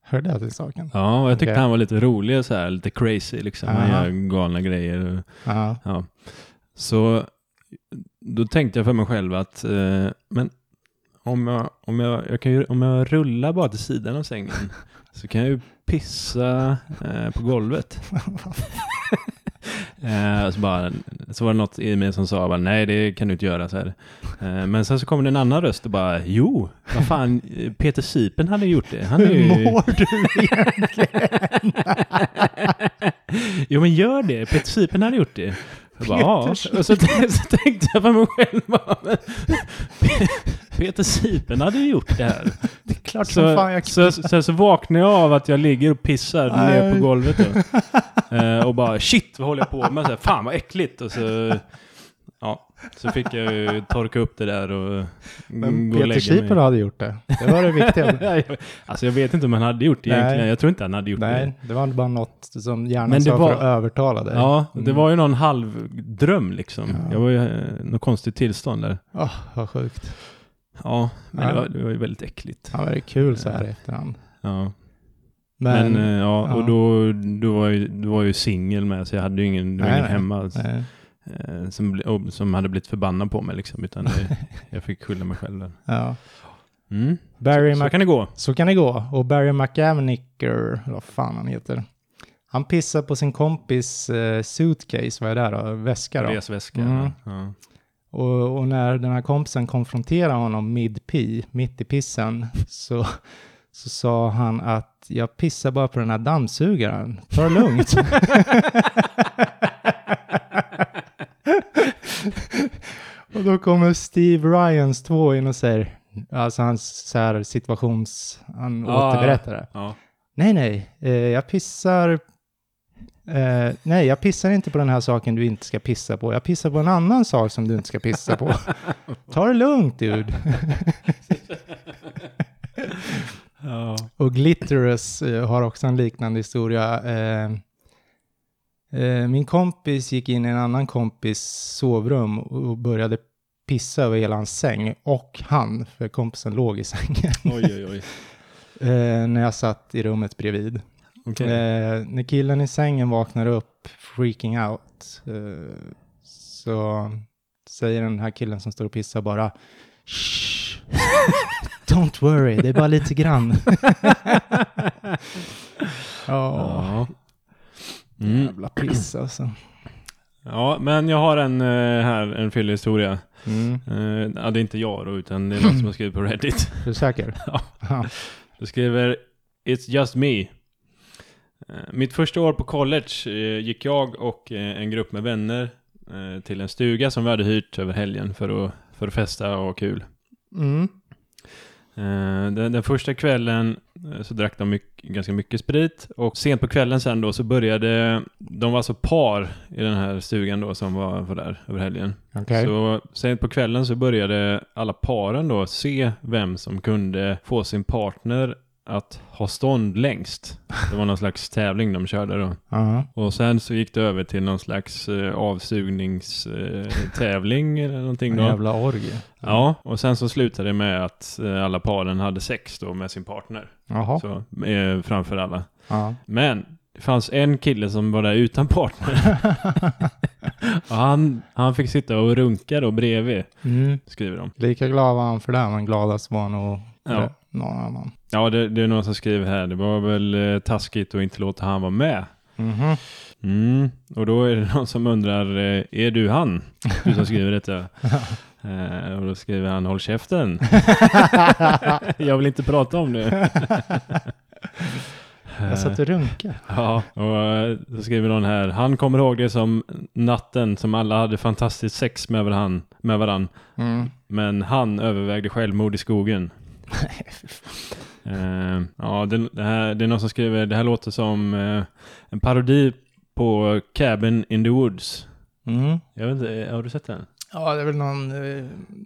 Hörde jag till saken? Ja, och jag tyckte Okay. han var lite rolig och så här, lite crazy liksom. Han Aha. gör galna grejer. Och, Ja. ja. Så då tänkte jag för mig själv att eh, men om jag, om, jag, jag kan ju, om jag rullar bara till sidan av sängen så kan jag ju pissa eh, på golvet. eh, så, bara, så var det något i mig som sa bara, nej det kan du inte göra så här. Eh, men sen så kom det en annan röst och bara, jo, vad fan, Peter Sipen hade gjort det. Han är ju... Hur mår du egentligen? Jo men gör det, Peter Sipen hade gjort det. Jag bara, ja. Och så, så tänkte jag på mig själv bara, men, Peter Sipen hade ju gjort det här. Det är klart så, som fan jag så, så, så, så vaknar jag av att jag ligger och pissar Nej. ner på golvet då. eh, och bara, shit, vad håller jag på med? Så här, fan vad äckligt. Och så, ja, så fick jag ju torka upp det där och Men gå och Peter lägga Sipen mig. hade gjort det. Det var det viktiga. Alltså jag vet inte om han hade gjort det Nej. egentligen. Jag tror inte han hade gjort Nej, det. det var bara något som hjärnan Men det sa var- för att övertala dig. Ja, Mm. det var ju någon halvdröm liksom. Ja. Jag var ju eh, något konstigt tillstånd där. Åh, vad sjukt. Ja, men Ja. Det, var, det var ju väldigt äckligt. Ja, det är kul så här i efterhand. Ja. Men, Men, eh, ja, ja. och då, då var ju, då var ju singel med, så jag hade ju ingen, det var Nej, ingen nej. hemma alltså, nej. eh, som, bli- och- som hade blivit förbannad på mig liksom, utan det, jag fick skylla mig själv där. Ja. Mm. Barry Så Mac- kan det gå. så kan det gå. Och Barry McAvnicker, vad fan han heter. Han pissar på sin kompis eh, suitcase, vad är det då? Väska då. Resväska. Mm. Ja. Och, och när den här kompisen konfronterar honom mid-pi, mitt i pissen, så, så sa han att jag pissar bara på den här dammsugaren. Ta det lugnt. Och då kommer Steve Ryans två in och säger, alltså hans så här situations, han Ah. återberättar det. Ja. Nej, nej, eh, jag pissar, eh, nej, jag pissar inte på den här saken du inte ska pissa på. Jag pissar på en annan sak som du inte ska pissa på. Ta det lugnt, dude. Ja. Och Glitterous eh, har också en liknande historia. Eh, eh, min kompis gick in i en annan kompis sovrum och började pissa över hela hans säng. Och han, för kompisen låg i sängen. Oj, oj, oj. eh, när jag satt i rummet bredvid. Okej. Eh, när killen i sängen vaknar upp, freaking out, eh, så säger den här killen som står och pissar bara, shh, don't worry, det är bara lite grann. Ja, Ja. Mm. jävla piss alltså. Ja, men jag har en eh, här, en fyllehistoria. Mm. Uh, ja, det är inte jag då, utan det är någon som har skrivit på Reddit. Är du säker? Ja. Ja. Du skriver, It's just me. Uh, mitt första år på college uh, gick jag och uh, en grupp med vänner uh, till en stuga som vi hade hyrt över helgen för att, för att festa och ha kul. Mm. Uh, den, den första kvällen uh, så drack de mycket, ganska mycket sprit, och sent på kvällen sen då så började, de var alltså par i den här stugan då som var, var där över helgen. Okej. Så sent på kvällen så började alla paren då se vem som kunde få sin partner att ha stånd längst. Det var någon slags tävling de körde då. Ja. Och sen så gick det över till någon slags eh, avsugningstävling eller någonting En då. jävla orgie. Ja, och sen så slutade det med att eh, alla paren hade sex då med sin partner. Jaha. Så, eh, framför alla. Ja. Men det fanns en kille som var där utan partner. Och han, han fick sitta och runka då bredvid, Mm. skriver de. Lika glad var han för det, men gladast var nog Ja. någon annan. Ja, det, det är någon som skriver här. Det var väl eh, taskigt att inte låta han vara med. Mhm. Mm. Och då är det någon som undrar, eh, är du han? Du som skriver detta. eh, och då skriver han, håll käften. Jag vill inte prata om det. Jag satt och runka. Ja, och eh, så skriver någon här, han kommer ihåg det som natten som alla hade fantastiskt sex med varann, med varann. Mm. Men han övervägde självmord i skogen. uh, ja, det, det, här, det är någon som skriver, det här låter som uh, en parodi på Cabin in the Woods. Mm. Jag vet inte, har du sett den? Ja, det är väl någon eh,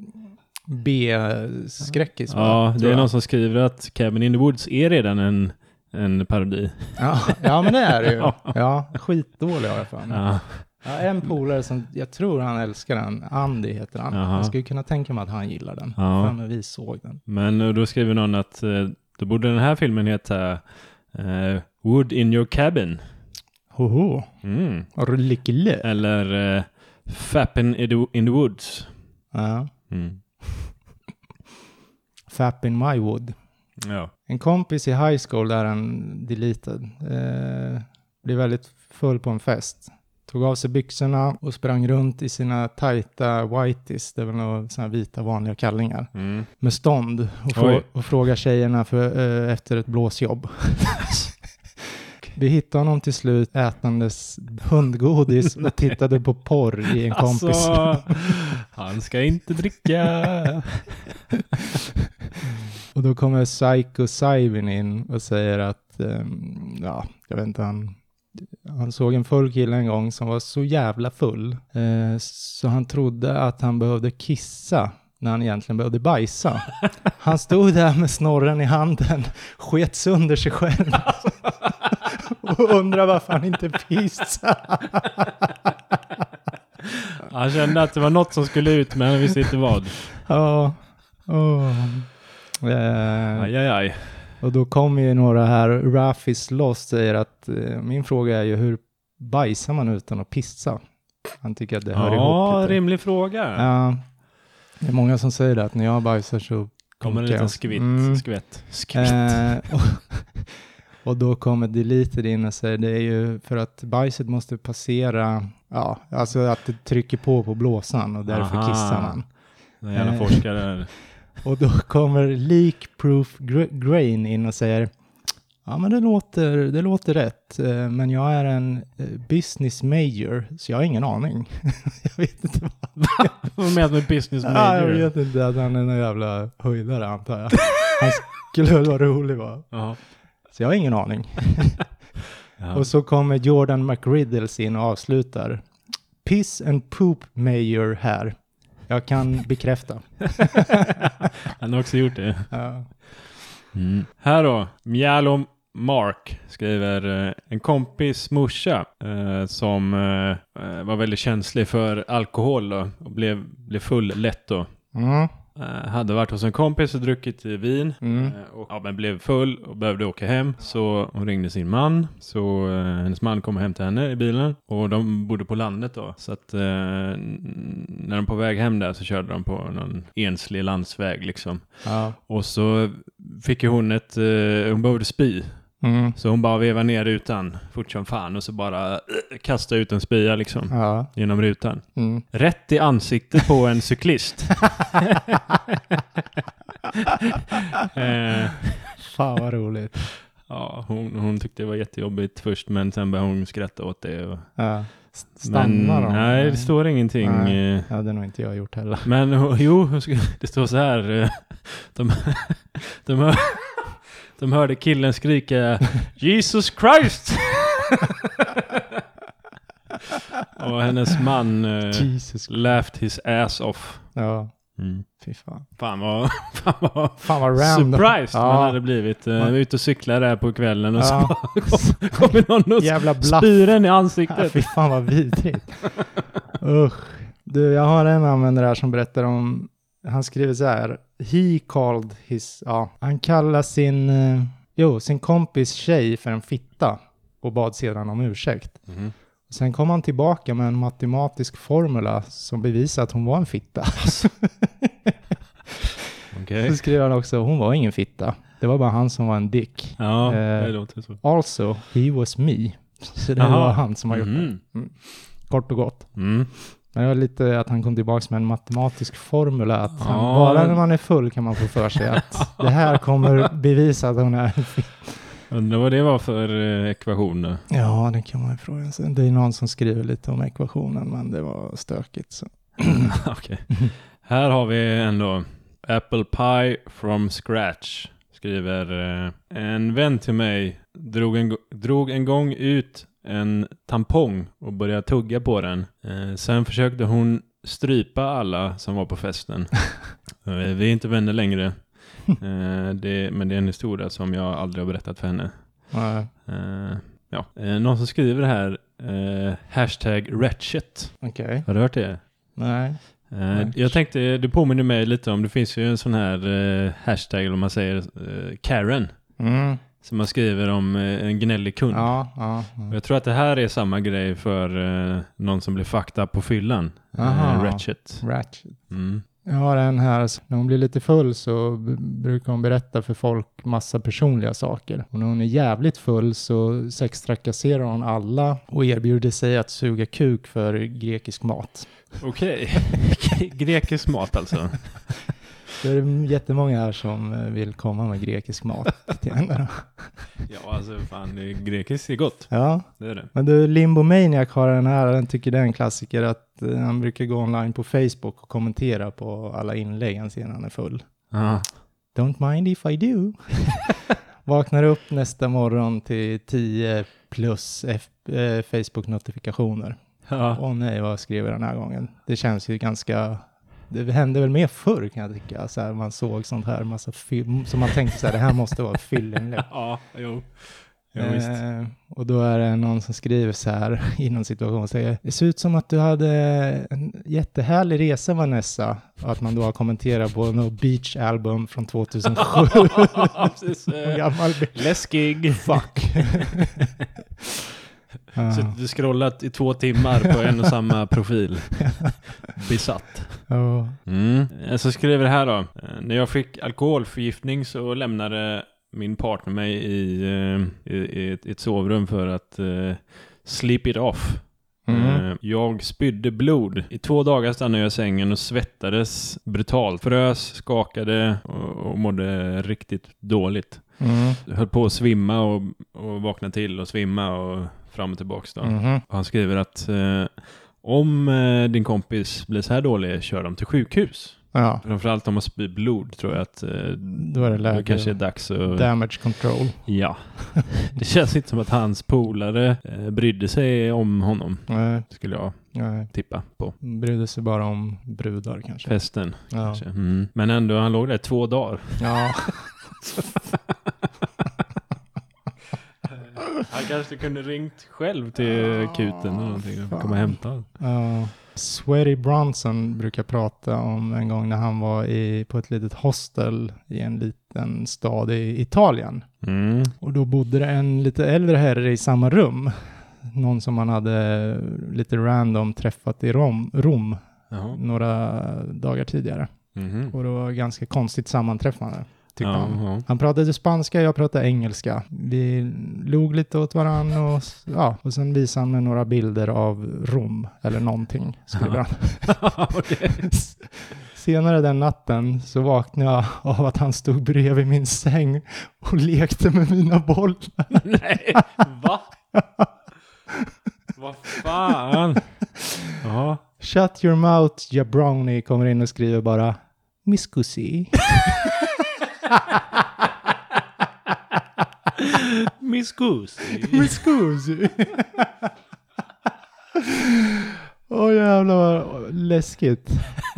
B-skräckis. va? Ja, det Tror är jag. någon som skriver att Cabin in the Woods är redan en, en parodi. Ja, ja, men det är det ju. Ja. Ja, skitdålig har jag för mig. Ja. Ja, en polare som, jag tror han älskar den, Andy heter han. Jaha. Jag skulle kunna tänka mig att han gillar den. Ja. För men vi såg den. Men uh, då skriver någon att uh, då borde den här filmen heta Uh, wood in your cabin. Hoho. Mm. Lycklig. Eller uh, fapping in the, in the woods. Ja. Mm. Fap in my wood. Ja. En kompis i high school där han deleted. Eh, blev väldigt full på en fest. Tog av sig byxorna och sprang runt i sina tajta whiteys. Det var några såna här vita vanliga kallingar. Mm. Med stånd. Och, frå- och fråga tjejerna för, eh, efter ett blåsjobb. Vi hittade honom till slut ätandes hundgodis och tittade på porr i en kompis. Alltså, han ska inte dricka. Och då kommer Psycho Simon in och säger att, um, ja, jag vet inte, han, han såg en full kille en gång som var så jävla full. Eh, så han trodde att han behövde kissa när han egentligen behövde bajsa. Han stod där med snorren i handen, sket sönder sig själv. Och undrar varför han inte pissade. Han kände att det var något som skulle ut, men han visste inte vad. Ja. Oh. Eh, Aj, aj, aj. och då kommer ju några här, Rafis Lost säger att eh, min fråga är ju hur bajsar man utan att pissa? Han tycker att det hör ja, ihop lite. Ja, rimlig fråga. Ja, det är många som säger det, att när jag bajsar så kommer en liten skvitt, mm. skvätt. Skvitt. Eh, och, och då kommer Deleted in och säger det är ju för att bajset måste passera, ja, alltså att det trycker på på blåsan och därför Aha. kissar man. Den jävla Eh. forskare. Och då kommer Leak Proof Gra- Grain in och säger ja, men det låter, det låter rätt, eh, men jag är en eh, business major, så jag har ingen aning. Jag vet inte vad. Vad menar du med business major? Ja, jag vet inte, att han är en jävla höjdare antar jag. Han skulle väl vara rolig, va? Ja. Så jag har ingen aning. Ja. Och så kommer Jordan McRiddles in och avslutar. Piss and poop major här. Jag kan bekräfta. Han har också gjort det. Ja. Mm. Här då, Mjälom Mark skriver eh, en kompis morsa eh, som eh, var väldigt känslig för alkohol då, och blev, blev full lätt då. Mm. Eh, hade varit hos en kompis och druckit vin Mm. eh, och ja, men blev full och behövde åka hem, så hon ringde sin man, så eh, hennes man kom hem till henne i bilen och de bodde på landet då, så att eh, när de på väg hem där så körde de på någon enslig landsväg liksom, Ja. och så fick ju hon ett eh, hon behövde spy. Mm. Så hon bara vevade ner rutan fort som fan och så bara äh, kastade ut en spya liksom Ja. genom rutan. Mm. Rätt i ansiktet på en cyklist. eh, Fan vad roligt. ja, hon, hon tyckte det var jättejobbigt först, men sen började hon skratta åt det. Och, Ja. Stanna men, då? nej, det står ingenting. Nej. Eh, Ja, det har nog inte jag gjort heller. men jo, det står så här. eh, De, de, hör, de hörde killen skrika Jesus Christ! Och hennes man eh, Jesus. laughed his ass off. Ja, Mm. fy fan. Fan vad, fan vad Fan vad random. surprised Ja. man hade blivit. Uh, Man- ute och cyklar där på kvällen och Ja. så kom, kommer någon och Jävla blaff. spyr en i Ja, ansiktet. fy fan vad vidrigt. Usch. Du, jag har en användare här som berättar om, han skriver så här. He called his, ja, han kallar sin, eh, jo, sin kompis tjej för en fitta och bad sedan om ursäkt. Mhm. Sen kom han tillbaka med en matematisk formula som bevisar att hon var en fitta. Okej. Så skriver han också, hon var ingen fitta. Det var bara han som var en dick. Ja, Eh, det låter så. Also, he was me. Så det Aha. var han som har gjort det. Mhm. Kort och gott. Mm. Men det var lite att han kom tillbaka med en matematisk formula. Att han, Ja. bara när man är full kan man få för sig att det här kommer bevisa att hon är en fitta. Undrar vad det var för eh, ekvation då? Ja, det kan man ju fråga sig. Det är någon som skriver lite om ekvationen, men det var stökigt. Så. Okej. Här har vi ändå Apple Pie from scratch. Skriver eh, en vän till mig drog en, go- drog en gång ut en tampong och började tugga på den. Eh, sen försökte hon strypa alla som var på festen. eh, vi är inte vänner längre. Eh, det, men det är en historia som jag aldrig har berättat för henne. Ja. Eh, ja. eh, någon som skriver här eh, hashtag ratchet. Okej. Har du hört det? Nej. Eh, Nej. jag tänkte, det påminner mig lite om, det finns ju en sån här eh, hashtag, eller man säger, eh, Karen. Mm. som man skriver om eh, en gnällig kund. Ja, ja, ja. Jag tror att det här är samma grej för eh, någon som blir fucked up på fyllan. Aha. Eh, Ratchet. Ratchet. Mm. Jag har en här, när hon blir lite full så b- brukar hon berätta för folk massa personliga saker. Och när hon är jävligt full så sextrakasserar hon alla och erbjuder sig att suga kuk för grekisk mat. Okej. Grekisk mat alltså. Det är jättemånga här som vill komma med grekisk mat till henne. Ja, alltså fan, det är grekiskt är gott. Ja, Det är det. men du, Limbo Maniac har den här, den tycker det är en klassiker att eh, han brukar gå online på Facebook och kommentera på alla inlägg han ser när han är full. Ja. Don't mind if I do. Vaknar upp nästa morgon till tio plus F- eh, Facebook-notifikationer. Ja. Åh nej, vad skriver den här gången? Det känns ju ganska... Det hände väl mer förr kan jag tycka. Så här, man såg sånt här, massa film. Så man tänkte så här, det här måste vara filminlägg. Ja, jo. Jo, visst. Eh, och då är det någon som skriver så här inom situationen säger, det ser ut som att du hade en jättehärlig resa Vanessa, och att man då har kommenterat på något Beach album från tjugohundrasju. Precis, eh, Gammal läskig. fuck. Ja. Så du scrollat i två timmar på en och samma profil. Besatt. Ja. Mm. Så skriver det här då. När jag fick alkoholförgiftning så lämnade min partner mig i, eh, i, i, ett, i ett sovrum för att uh, sleep it off. Mm. Uh, jag spydde blod. I två dagar stannade jag i sängen och svettades brutalt. Frös, skakade och, och mådde riktigt dåligt. Mm. Jag höll på att svimma och, och vakna till och svimma och fram och tillbaks då. Mm. Och han skriver att eh, om eh, din kompis blir så här dålig, kör dem till sjukhus. Ja, Framförallt om man spyr blod tror jag att eh, då är det läge. det kanske är dags att... Damage control. Ja. Det känns inte som att hans polare eh, brydde sig om honom. Nej, Skulle jag nej. tippa på. Brydde sig bara om brudar kanske. Festen. Ja. Kanske. Mm. Men ändå, han låg där två dagar. Ja. Han kanske kunde ringt själv till akuten eller någonting och komma och hämta honom. Ja. Sweaty Bronson brukar prata om en gång när han var i, på ett litet hostel i en liten stad i Italien. Mm. Och då bodde det en lite äldre herre i samma rum. Någon som man hade lite random träffat i Rom, Rom Jaha. några dagar tidigare. Mhm. Och det var ganska konstigt sammanträffande, tyckte Ja, han. ja. Han pratade spanska, jag pratade engelska. Vi log lite åt varann och, ja, och sen visade han med några bilder av Rom eller någonting. Skriver han. Okej. Senare den natten så vaknade jag av att han stod bredvid min säng och lekte med mina bollar. Nej, va? Vad fan? Ja. Shut your mouth, jabroni, kommer in och skriver bara Miss Gussi. Miss Goose. Miss Gussi. Åh oh, jävlar vad läskigt.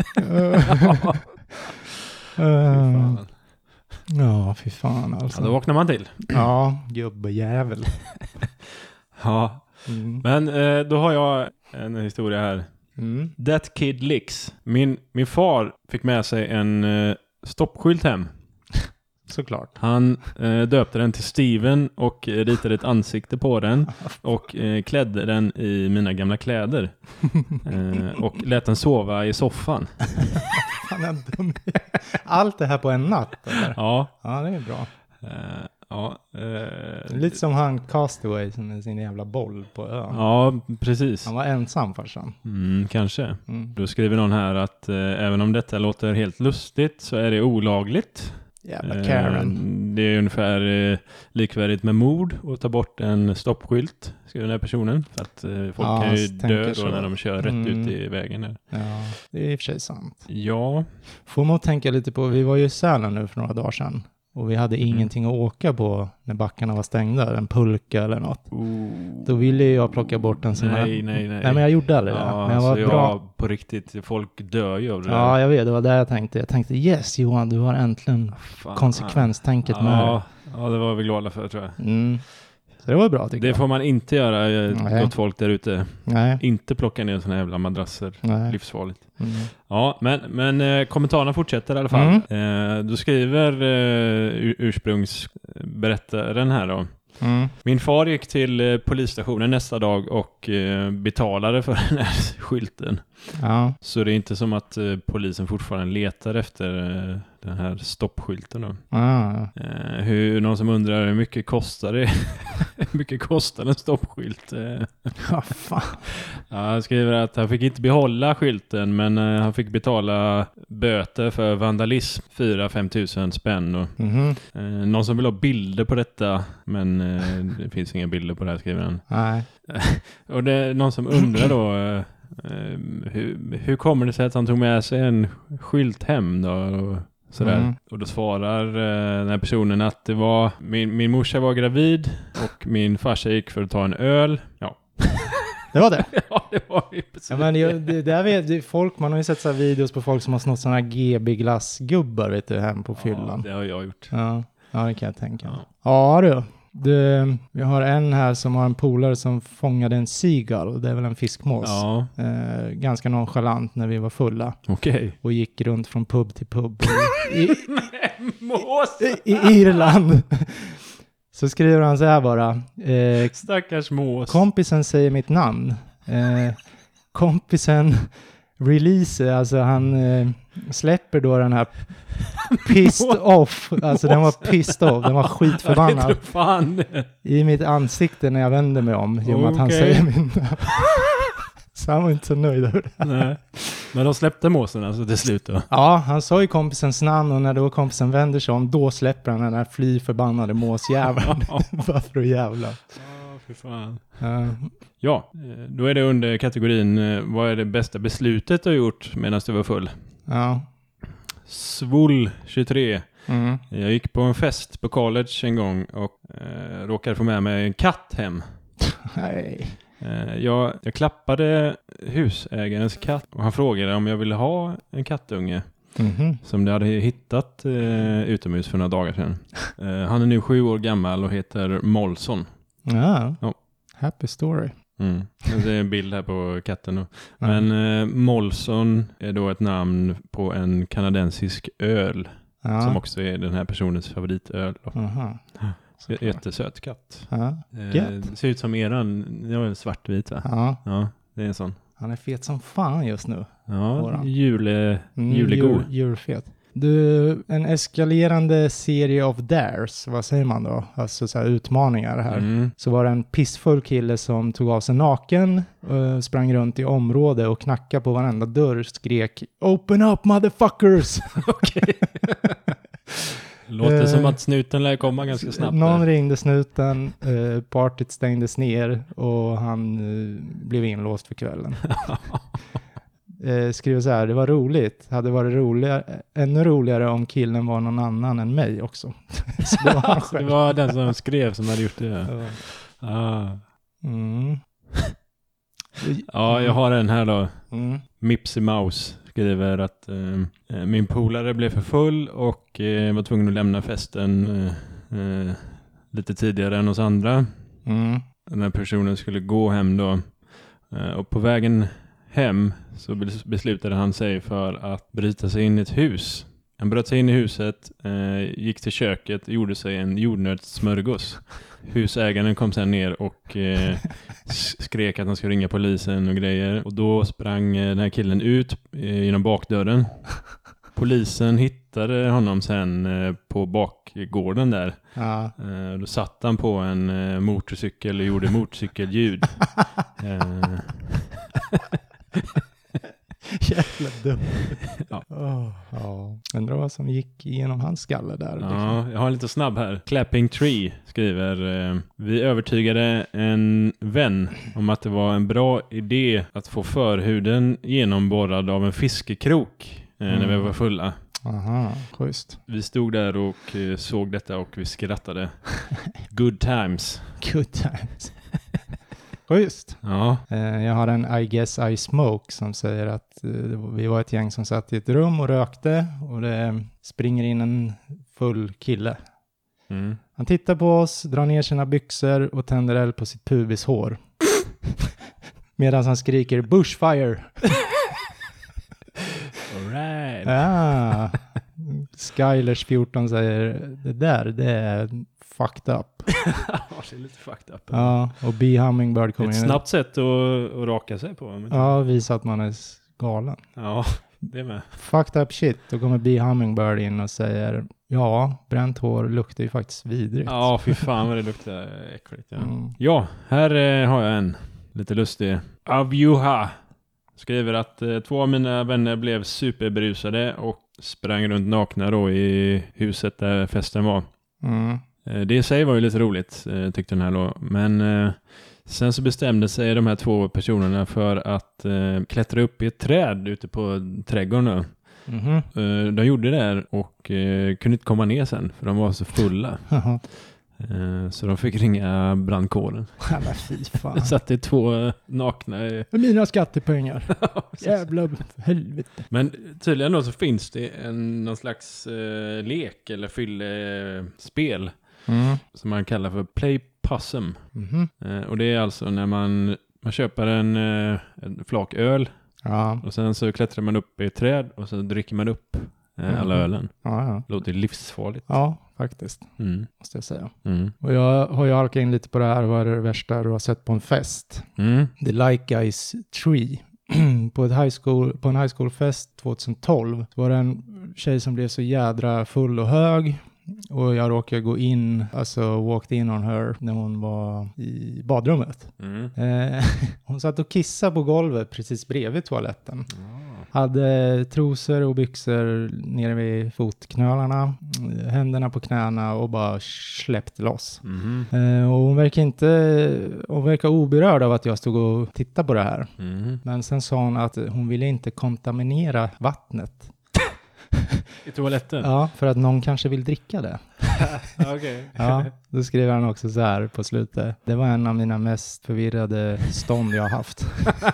uh, ja, fy fan alltså. Ja, då vaknar man till. Ja, gubbejävel. Ja, Mm. men eh, då har jag en historia här. Mm. That Kid Licks. Min, min far fick med sig en eh, stoppskylt hem. Såklart. Han eh, döpte den till Steven och eh, ritade ett ansikte på den och eh, klädde den i mina gamla kläder. Eh, och lät den sova i soffan. Han är dum. Allt det här på en natt, eller? Ja. Ja, det är bra. Eh, ja. Eh, Lite som han Castaway som med sin jävla boll på ön. Ja, precis. Han var ensam farsan. Mm, kanske. Mm. Då skriver någon här att eh, även om detta låter helt lustigt så är det olagligt. Jävla Karen. Eh, det är ungefär eh, likvärdigt med mord och ta bort en stoppskylt, skriver den här personen. För att eh, folk Ja, kan ju tänker dö då så. när de kör rätt Mm. ut i vägen. Här. Ja, det är i och för sig sant. Ja. Får man tänka lite på, vi var ju i Sälen nu för några dagar sedan. Och vi hade Mm. ingenting att åka på när backarna var stängda. En pulka eller något. Oh. Då ville jag plocka bort en sån här. Nej, nej, nej. Nej, men jag gjorde aldrig det. Ja, Men jag var så bra. ja, på riktigt, folk dör ju av det Ja, där. jag vet. Det var där jag tänkte. Jag tänkte, yes Johan, du har äntligen Fan. konsekvenstänket med Ja, ja, det var vi glada för tror jag. det. Mm. Så det var bra tycker Det jag. får man inte göra, Nej. gott folk där ute. Nej. Inte plocka ner såna jävla madrasser. Nej. Livsfarligt. Mm. Ja, men, men eh, kommentarerna fortsätter i alla fall. Mm. Eh, då skriver eh, ur- ursprungsberättaren här då. Mm. Min far gick till eh, polisstationen nästa dag och eh, betalade för den här skylten. Ja. Så det är inte som att eh, polisen fortfarande letar efter eh, den här stoppskylten då. Ah. Eh, hur, någon som undrar hur mycket kostar det? Hur mycket kostar en stoppskylt? Eh, Ja, fan. ja, han skriver att han fick inte behålla skylten, men eh, han fick betala böter för vandalism, fyra till fem tusen spänn. Och, Mhm. eh, någon som vill ha bilder på detta, men eh, det finns inga bilder på det här, skriver han. Nej. Och det är någon som undrar då, eh, eh, hur, hur kommer det sig att han tog med sig en skylt hem då? Och, sådär. Mm. Och då svarar eh, den här personen att det var min, min morsa var gravid och min farsa gick för att ta en öl. Ja, Det var det. ja det var ju precis. Ja, men jag, det, där vet det, folk, man har ju sett så här videos på folk som har snott sådana här G B-glassgubbar, vet du, hem på fyllan. Ja, det har jag gjort. Ja, ja det kan jag tänka. Ja. Ja, du. Det, vi har en här som har en polare som fångade en seagull. Det är väl en fiskmås. Ja, Eh, ganska nonchalant när vi var fulla. okej. Och gick runt från pub till pub i, Mås! i, i Irland. Så skriver han så här bara. Eh, Stackars mås. kompisen säger mitt namn. Eh, kompisen release, alltså han eh, släpper då den här pissed off. Alltså den var pissed off. Den var Jag skitförbannad tror fan det. i mitt ansikte när jag vände mig om. Genom att han Okej. säger min namn. Så han var inte så nöjd över det. Nej. Men de släppte måsen alltså till slut då. Ja, han sa ju kompisens namn och när då kompisen vänder sig om, då släpper han den här fly förbannade måsjäveln. Bara för att jävla. Ja, för fan. Ja. Ja, eh, då är det under kategorin eh, vad är det bästa beslutet du har gjort medan du var full? Ja. Svol tjugotre. Mm. Jag gick på en fest på college en gång och eh, råkade få med mig en katt hem. Nej. Eh, jag, jag klappade husägarens katt och han frågade om jag ville ha en kattunge Mhm. som de hade hittat eh, utomhus för några dagar sedan. Eh, han är nu sju år gammal och heter Molson. Ja. Ja. Happy story. Mm. Det är en bild här på katten då. Ja. Men eh, Molson är då ett namn på en kanadensisk öl Ja. som också är den här personens favoritöl. Då. Aha. J- Jättesöt katt. Ja. Eh, Gött. det ser ut som eran, det var en svartvit va? Ja. Ja, det är en sån. Han är fet som fan just nu. Ja, Våran. jule, Mm, julegod. djur- Djurfet. Du, en eskalerande serie of dares, vad säger man då? Alltså så här utmaningar här. Mm. Så var det en pissfull kille som tog av sig naken, uh, sprang runt i området och knackade på varenda dörr, skrek "Open up motherfuckers!" Okej. Låter Eh, som att snuten lär komma ganska snabbt. Någon där. ringde snuten, uh, partyt stängdes ner och han uh, blev inlåst för kvällen. uh, skriver så här, det var roligt. Hade varit roligare, ännu roligare om killen var någon annan än mig också. Så det var han Det själv. var den som skrev som hade gjort det. Ja. Ah. Mm. Ja, jag har en här då. Mm. Mipsy Mouse skriver att eh, min polare blev för full och eh, var tvungen att lämna festen eh, eh, lite tidigare än oss andra. Mm. Den här personen skulle gå hem då. Eh, och på vägen hem så bes- beslutade han sig för att bryta sig in i ett hus. Han bröt sig in i huset, eh, gick till köket och gjorde sig en jordnötssmörgås. Husägaren kom sen ner och eh, skrek att han skulle ringa polisen och grejer. Och då sprang eh, den här killen ut eh, genom bakdörren. Polisen hittade honom sen eh, på bakgården där. Ja. Eh, då satt han på en eh, motorcykel och gjorde motorcykelljud. eh, Jävla dumt. Ja. Oh, ja. Undrar vad som gick igenom hans skalle där. liksom. Ja, jag har en lite snabb här. Clapping Tree skriver eh, vi övertygade en vän om att det var en bra idé att få förhuden genomborrad av en fiskekrok eh, när vi Mm. var fulla. Aha, schysst. Vi stod där och eh, såg detta och vi skrattade. Good times. Good times. Schysst. Ja, Eh, jag har en I guess I smoke som säger att eh, det var- vi var ett gäng som satt i ett rum och rökte och det springer in en full kille Mm. Han tittar på oss, drar ner sina byxor och tänder eld på sitt pubishår. Medan han skriker bushfire. All right. Ah, Skylers fjorton säger det där, det är fucked up. Det är lite fucked up. Ja, och B. Hummingbird kommer Ett in. snabbt sätt att, att raka sig på. Ja, visa att man är galen. Ja, det med. Fucked up shit. Då kommer B. Hummingbird in och säger ja, bränt hår luktar ju faktiskt vidrigt. Ja, fy fan vad det luktar äckligt. Ja, Mm. ja här eh, har jag en lite lustig. Avjuha skriver att eh, två av mina vänner blev superberusade och sprang runt nakna då i huset där festen var. Mm. Eh, det i sig var ju lite roligt, eh, tyckte den här då. Men eh, sen så bestämde sig de här två personerna för att eh, klättra upp i ett träd ute på trädgården då. Mhm. Eh, de gjorde det där och eh, kunde inte komma ner sen för de var så fulla. Jaha. Eh, så de fick ringa brandkåren. Ja, men fy fan. Det satt det två eh, nakna i... Mina skattepengar. Jävla helvete. Men tydligen då så finns det en, någon slags eh, lek eller fyllespel Mm. som man kallar för Play Possum. Mhm. Eh, och det är alltså när man, man köper en, eh, en flak öl Ja. och sen så klättrar man upp i ett träd och så dricker man upp eh, alla Mhm. ölen. Ja, ja. Låter livsfarligt. Ja, faktiskt. Mm. Måste jag säga. Mm. Och jag har ju halkat in lite på det här. Vad är det värsta du har sett på en fest? Mm. The Like Guys Tree. på, ett high school, på en high school fest tjugohundratolv var det en tjej som blev så jädra full och hög. Och jag råkade gå in, alltså walked in on her när hon var i badrummet. Mm. Eh, hon satt och kissade på golvet precis bredvid toaletten. Ah. Hade trosor och byxor nere vid fotknölarna, händerna på knäna och bara släppte loss. Mhm. Eh, och hon verkar inte, hon verkar oberörd av att jag stod och tittade på det här. Mhm. Men sen sa hon att hon ville inte kontaminera vattnet. I toaletten? Ja, för att någon kanske vill dricka det. Okej. Ja, då skriver han också så här på slutet. Det var en av mina mest förvirrade stånd jag har haft.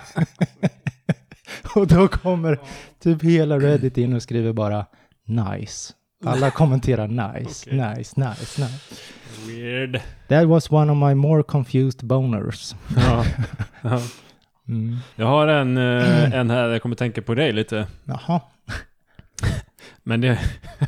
Och då kommer typ hela Reddit in och skriver bara nice. Alla kommenterar nice, Okej. nice, nice, nice. Weird. That was one of my more confused boners. Ja. Ja. Mm. Jag har en, eh, en här, jag kommer tänka på dig lite. Jaha. Men det,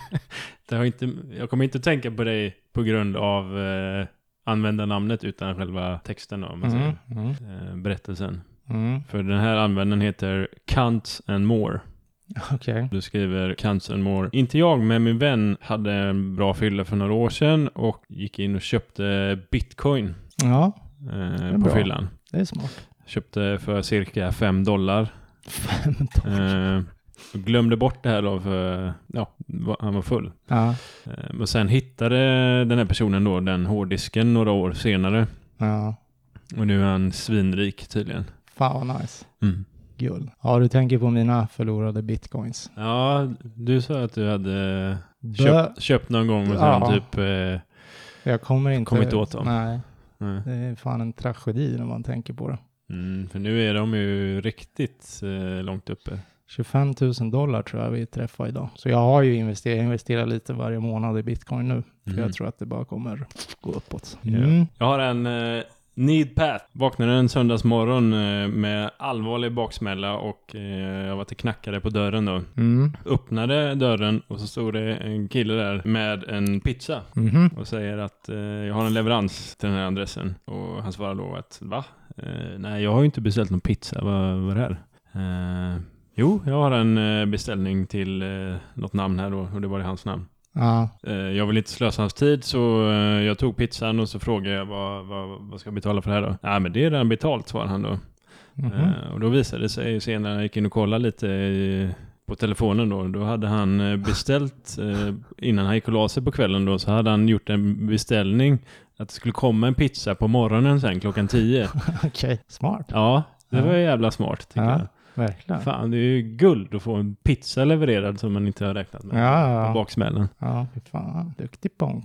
det har inte, jag kommer inte tänka på dig på grund av eh, användarnamnet utan själva texten då, om man Mm. säger. Mm. Eh, berättelsen. Mm. För den här användaren heter Cunts and More. Okej. Du skriver Cunts and More. Inte jag, men min vän hade en bra fylla för några år sedan och gick in och köpte bitcoin Ja, eh, på bra. fyllan. det är smart. Köpte för cirka fem dollar. Fem dollar. Eh, och glömde bort det här då för ja, va- han var full. Ja, Eh, men sen hittade den här personen då den hårddisken några år senare. ja. Och nu är han svinrik tydligen. Fan vad nice. Mm. Guld. Ja, du tänker på mina förlorade bitcoins. Ja, du sa att du hade Bö- köpt, köpt någon gång och sen Ja. typ... Eh, Jag kommer inte... Kom inte åt dem. Nej, nej. det är fan en tragedi när man tänker på det. Mm, för nu är de ju riktigt eh, långt uppe. tjugofem tusen dollar tror jag vi träffar idag. Så jag har ju investerat, jag investerar lite varje månad i bitcoin nu. För Mm. jag tror att det bara kommer gå uppåt. Ja. Mm. Jag har en eh, need path. Vaknade en söndagsmorgon eh, med allvarlig baksmälla och eh, jag var till knackade på dörren då. Mm. Öppnade dörren och så stod det en kille där med en pizza Mhm. och säger att eh, jag har en leverans till den här adressen. Och han svarar då att va? Eh, nej, jag har ju inte beställt någon pizza. Vad, vad är det här? Eh, jo, jag har en eh, beställning till eh, något namn här då och det var det hans namn. Ja. Eh, jag vill inte slösa hans tid så eh, jag tog pizzan och så frågade jag vad, vad, vad ska jag betala för det här då? Nej, men det är redan betalt, svarade han då. Mhm. Eh, och då visade det sig senare när jag gick in och kollade lite i, på telefonen då. Då hade han eh, beställt, eh, innan han gick och la sig på kvällen då, så hade han gjort en beställning att det skulle komma en pizza på morgonen sen klockan tio. Okej, smart. Ja, det Ja. var jävla smart tycker Ja. jag. Verkligen. Fan, det är ju guld att få en pizza levererad som man inte har räknat med Ja, ja, på ja. baksmällen. Ja, fy fan. Duktig ponk.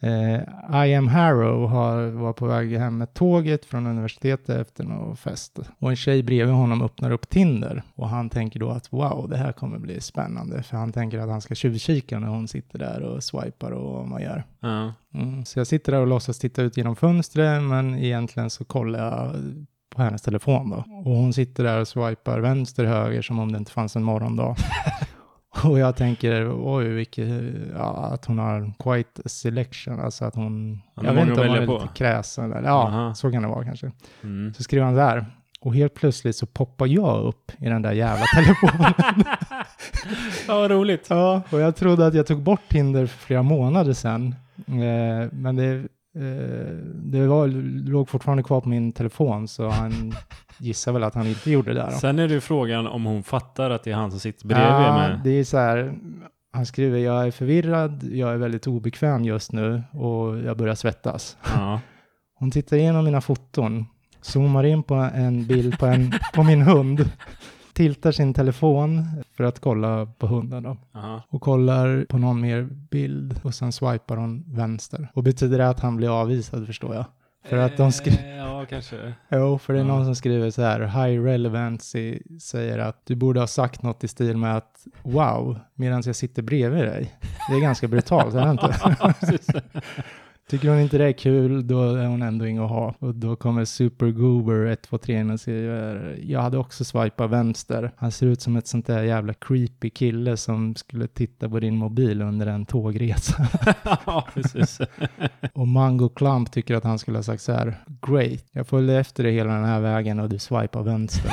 Eh, I am Harrow har, var på väg hem med tåget från universitetet efter någon fest. Och en tjej bredvid honom öppnar upp Tinder. Och han tänker då att wow, det här kommer bli spännande. För han tänker att han ska tjuvkika när hon sitter där och swipar och vad man gör. Ja. Mm, så jag sitter där och låtsas titta ut genom fönstret, men egentligen så kollar jag på hennes telefon då. Och hon sitter där och swipar vänster höger som om det inte fanns en morgondag. Och jag tänker, oj, vilket, ja, att hon har quite a selection, alltså att hon, Han jag har vet inte om många hon att är välja lite kräsen eller, ja, Aha. så kan det vara kanske. Mm. Så skriver han så här, och helt plötsligt så poppar jag upp i den där jävla telefonen. Ja, vad roligt. Ja, och jag trodde att jag tog bort Tinder för flera månader sedan, eh, men det Uh, det var, låg fortfarande kvar på min telefon, så han gissar väl att han inte gjorde det där då. Sen är det ju frågan om hon fattar att det är han som sitter bredvid Ja, med. det är så här, han skriver, jag är förvirrad, jag är väldigt obekväm just nu och jag börjar svettas. Ja. Hon tittar igenom mina foton, zoomar in på en bild på, en, på min hund, tiltar sin telefon för att kolla på hunden då. Aha. Och kollar på någon mer bild och sen swipar hon vänster. Och betyder det att han blir avvisad, förstår jag? För att de skriver... Eh, ja, kanske. Jo, för det är Ja. någon som skriver så här, high relevancy säger att du borde ha sagt något i stil med att wow, medan jag sitter bredvid dig. Det är ganska brutalt, är det inte? Tycker hon inte det är kul, då är hon ändå inget att ha. Och då kommer Supergoober ett två tre och säger, jag hade också swipat vänster. Han ser ut som ett sånt där jävla creepy kille som skulle titta på din mobil under en tågresa. Ja, precis. Och Mango Clump tycker att han skulle ha sagt så här, great, jag följde efter dig hela den här vägen och du swipar vänster.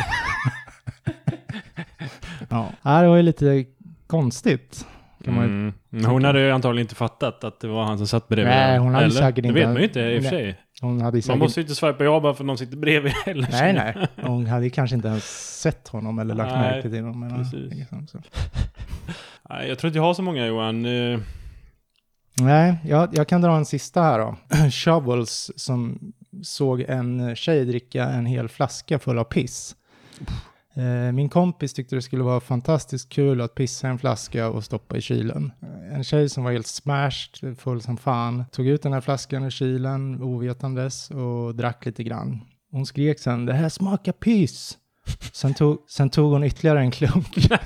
Ja, det var ju lite konstigt. Kan man ju Mm. Men hon hade ju antagligen inte fattat att det var han som satt bredvid. Nej, hon hade Eller? säkert inte- Det vet man ju inte i och för Nej. sig. Hon hade Man säkert... måste ju inte swipa ja bara för att någon sitter bredvid heller. Nej, nej. Hon hade kanske inte ens sett honom eller lagt Nej, märke till honom. Eller precis. liksom, så. Nej, jag tror inte jag har så många, Johan. Eh, Nej, jag, jag kan dra en sista här då. Shovels som såg en tjej dricka en hel flaska full av piss. Eh, Min kompis tyckte det skulle vara fantastiskt kul att pissa en flaska och stoppa i kylen. Eh, En tjej som var helt smashed, full som fan, tog ut den här flaskan ur kylen ovetandes och drack lite grann. Hon skrek sen, det här smakar piss. Sen tog, sen tog hon ytterligare en klunk. nej,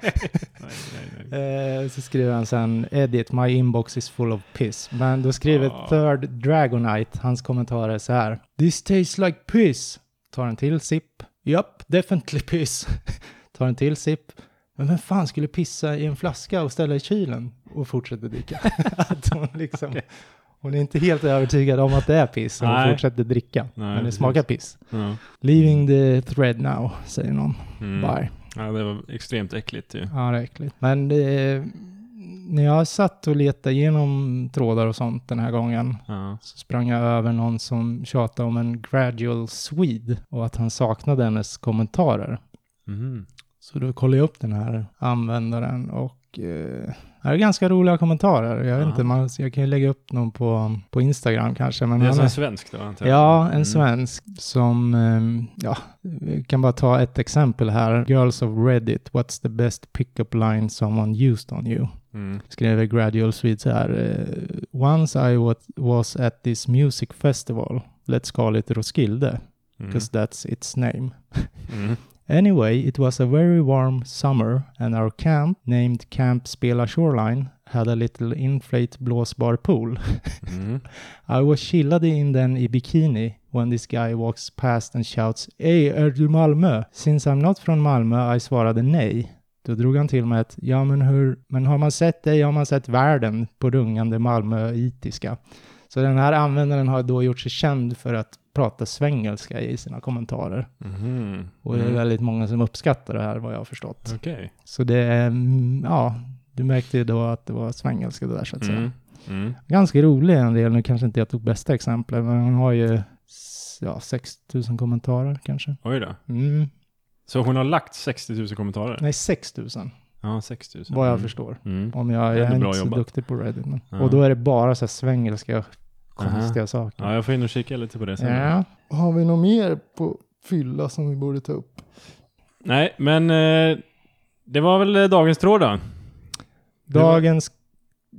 nej, nej. Eh, så skriver han sen, edit, my inbox is full of piss. Men då skriver Ah. Third Dragonite, hans kommentar är så här, this tastes like piss. Tar en till sipp. Yup, definitely piss. Tar en till sipp. Men vem fan skulle pissa i en flaska och ställa i kylen och fortsätter dricka? Att hon liksom... Okay. Hon är inte helt övertygad om att det är piss och hon Nej. fortsätter dricka. Nej, men det precis. smakar piss. Ja. Leaving the thread now, säger någon. Mm. Bye. Ja, det var extremt äckligt ju. Ja, det är äckligt. Men det, när jag satt och letade igenom trådar och sånt den här gången Ja. så sprang jag över någon som tjatade om en gradual Swede och att han saknade hennes kommentarer. Mhm. Så då kollade jag upp den här användaren och eh, det är ganska roliga kommentarer. Jag vet Ja. inte, man, jag kan ju lägga upp någon på, på Instagram kanske. Men Det är han alltså är- en svensk då, antar jag. Ja, en Mm. svensk som, ehm, ja, vi kan bara ta ett exempel här. Girls of Reddit, what's the best pick-up line someone used on you? Mm. Skriver Gradual Swede så här. eh, Once I was, was at this music festival, let's call it Roskilde, Mm. because that's its name. Mm. Anyway, it was a very warm summer and our camp, named Camp Spela Shoreline, had a little inflate blåsbar pool. Mm. I was chillade in den i bikini when this guy walks past and shouts, Ey, är du Malmö? Since I'm not från Malmö, I svarade nej. Då drog han till med ett, ja men hur, men har man sett dig har man sett världen på rungande malmöitiska. Så den här användaren har då gjort sig känd för att prata svengelska i sina kommentarer. Mhm. Och det är Mm. väldigt många som uppskattar det här, vad jag har förstått. Okej. Så det är, mm, ja, du märkte ju då att det var svengelska det där så att säga. Mm. Mm. Ganska rolig en del, nu kanske inte jag tog bästa exemplet, men hon har ju s- ja, sex tusen kommentarer kanske. Oj då. Mm. Så hon har lagt sextio tusen kommentarer? Nej, sex tusen, Ja, sex tusen. vad jag Mm. förstår. Mm. Om jag, Det är jag är bra inte så jobbat. duktig på Reddit. Men. Ja. Och då är det bara så här svengelska konstiga saker. Ja, jag får in och kika lite på det sen. Ja. Har vi något mer på fylla som vi borde ta upp? Nej, men eh, det var väl eh, dagens tråd då? Det var- Dagens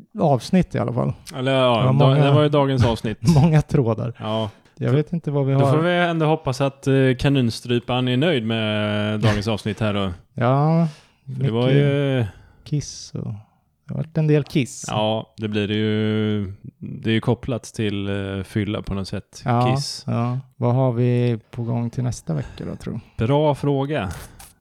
avsnitt i alla fall. Eller ja, Det var da, många- det var ju dagens avsnitt. Många trådar. Ja, Jag vet inte vad vi då får har. vi ändå hoppas att uh, kanunstrypan är nöjd med dagens avsnitt här då. Ja, För det var ju... kiss och... Det har varit en del kiss. Ja, det blir det ju... Det är ju kopplat till uh, fylla på något sätt. Ja, Kiss. ja. Vad har vi på gång till nästa vecka då, tror du? Bra fråga.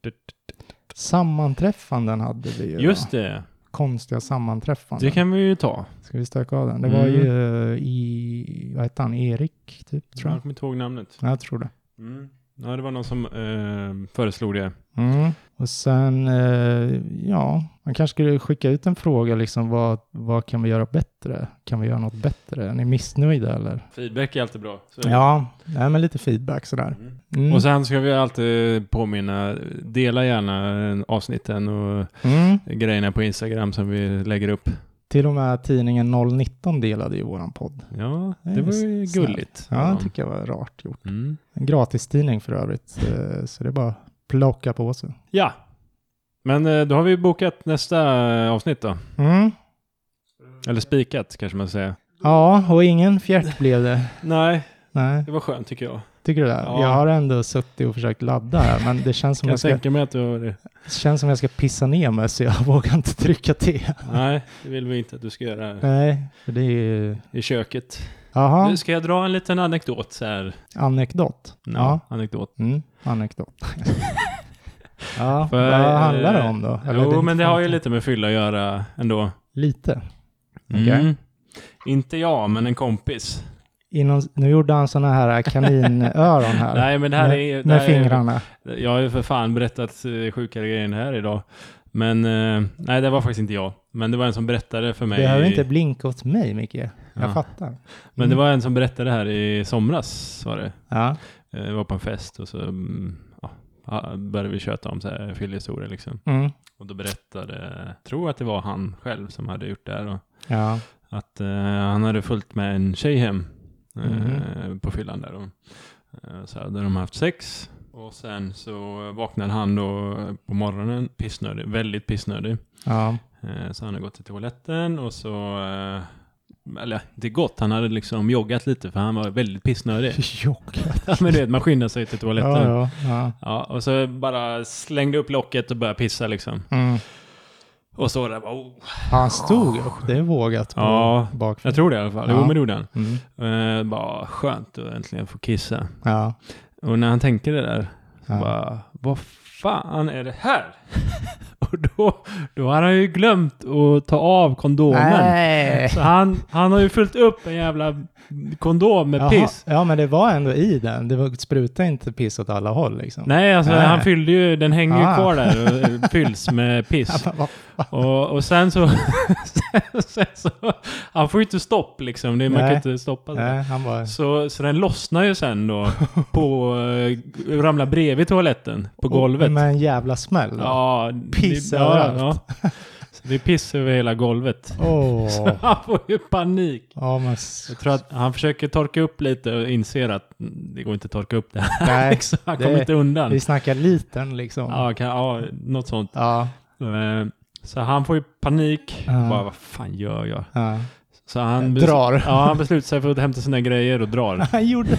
Sammanträffanden hade vi ju. Just då. det. Konstiga sammanträffanden. Det kan vi ju ta. Ska vi stöka av den? Det Mm. var ju eh, i... Vad heter han? Erik, typ, tror Jag jag. kommer inte ihåg namnet. Ja, jag tror det. Mm. Ja, det var någon som uh, föreslog det. Mm. Och sen, eh, ja, man kanske skulle skicka ut en fråga liksom, vad, vad kan vi göra bättre? Kan vi göra något bättre? Är ni missnöjda eller? Feedback är alltid bra. Så. Ja, nej, men lite feedback sådär. Mm. Mm. Och sen ska vi alltid påminna, dela gärna avsnitten och Mm. grejerna på Instagram som vi lägger upp. Till och med tidningen noll nitton delade ju våran podd. Ja, Det det är var ju snällt. gulligt. Ja, det tycker jag var rart gjort. Mm. En gratistidning för övrigt, eh, så det är bara att plocka på sig. Ja, men eh, då har vi bokat nästa avsnitt då. Mm. Eller spikat kanske man säger. Ja, och ingen fjärt blev det. Nej, Nej, det var skönt tycker jag. tycker du det? Ja. Jag har ändå suttit och försökt ladda här, men det känns som Kan jag ska... tänka mig att du har det. Det känns som jag ska pissa ner mig, så jag vågar inte trycka till. Nej, det vill vi inte att du ska göra Nej, för det är ju... i köket. Jaha, Nu ska jag dra en liten anekdot så här. anekdot. Ja, Ja, anekdot. mm, anekdot. Ja, För, vad handlar det eh, om då? Jo, men det har ju inte- lite med fylla att göra ändå. Lite. Mm. Okej. Inte jag, men en kompis. Inom, nu gjorde han såna här kaninöron här. Nej, men det här med, är... det med här är- fingrarna. Jag har ju för fan berättat eh, sjukare grejer här idag. Men eh, nej, det var faktiskt inte jag. Men det var en som berättade för mig. Det behöver inte blinka åt mig, Micke. Jag Ja. fattar. Men det var en som berättade här i somras, var det. Ja. Eh, Jag var på en fest och så mm, ja, ja, började vi köta om så här fyllhistorier liksom. Mm. Och då berättade, tror att det var han själv som hade gjort det här då. Ja. Att eh, han hade följt med en tjej hem eh, Mhm. på fyllan där då. Eh, så hade de haft sex. Och sen så vaknade han då på morgonen pissnödig, väldigt pissnödig. Ja. Eh, så han hade gått till toaletten och så, eh, eller det är gott, han hade liksom joggat lite för han var väldigt pissnödig. Joggat. Ja, men du vet, man skyndar sig till toaletten. Ja, Ja, ja. ja. och så bara slängde upp locket och började pissa liksom. Mm. Och så där bara, oh. Han stod upp. Det är vågat på Ja, bakför. Jag tror det i alla fall. Ja. Jo, men det gjorde han. Mm. Eh, bara skönt att äntligen få kissa. Ja. Och när han tänker det där, så Ja. bara, vad fan är det här? Och då, då har han ju glömt att ta av kondomen. Nej. Så han, han har ju fyllt upp en jävla kondom med Jaha. piss. Ja, men det var ändå i den. Det var, sprutade inte piss åt alla håll liksom. Nej, alltså Nej. han fyllde ju, den hänger ju Ah. kvar där och eh, fylls med piss. Ja, men vad- Och, och sen så, sen, sen så, han får ju inte stopp liksom, det, man kan Nej. inte stoppa det. Nej, han bara... Så, så den lossnar ju sen då på, uh, ramlar bredvid toaletten på golvet. Med en jävla smäll då. Ja, Piss det, överallt. ja. Så det är piss över hela golvet. Åh. Så han får ju panik. Ja, men... s- Jag tror att han försöker torka upp lite och inser att det går inte att torka upp det här. Nej, liksom. Han kommer det- inte undan. vi snackar liten liksom. Ja, kan, ja, något sånt. Ja. Eh, Så han får ju panik. Ja. Bara, vad fan gör jag? ja. Så han, Drar. Ja, han beslutar sig för att hämta sina grejer och drar. Han gjorde det.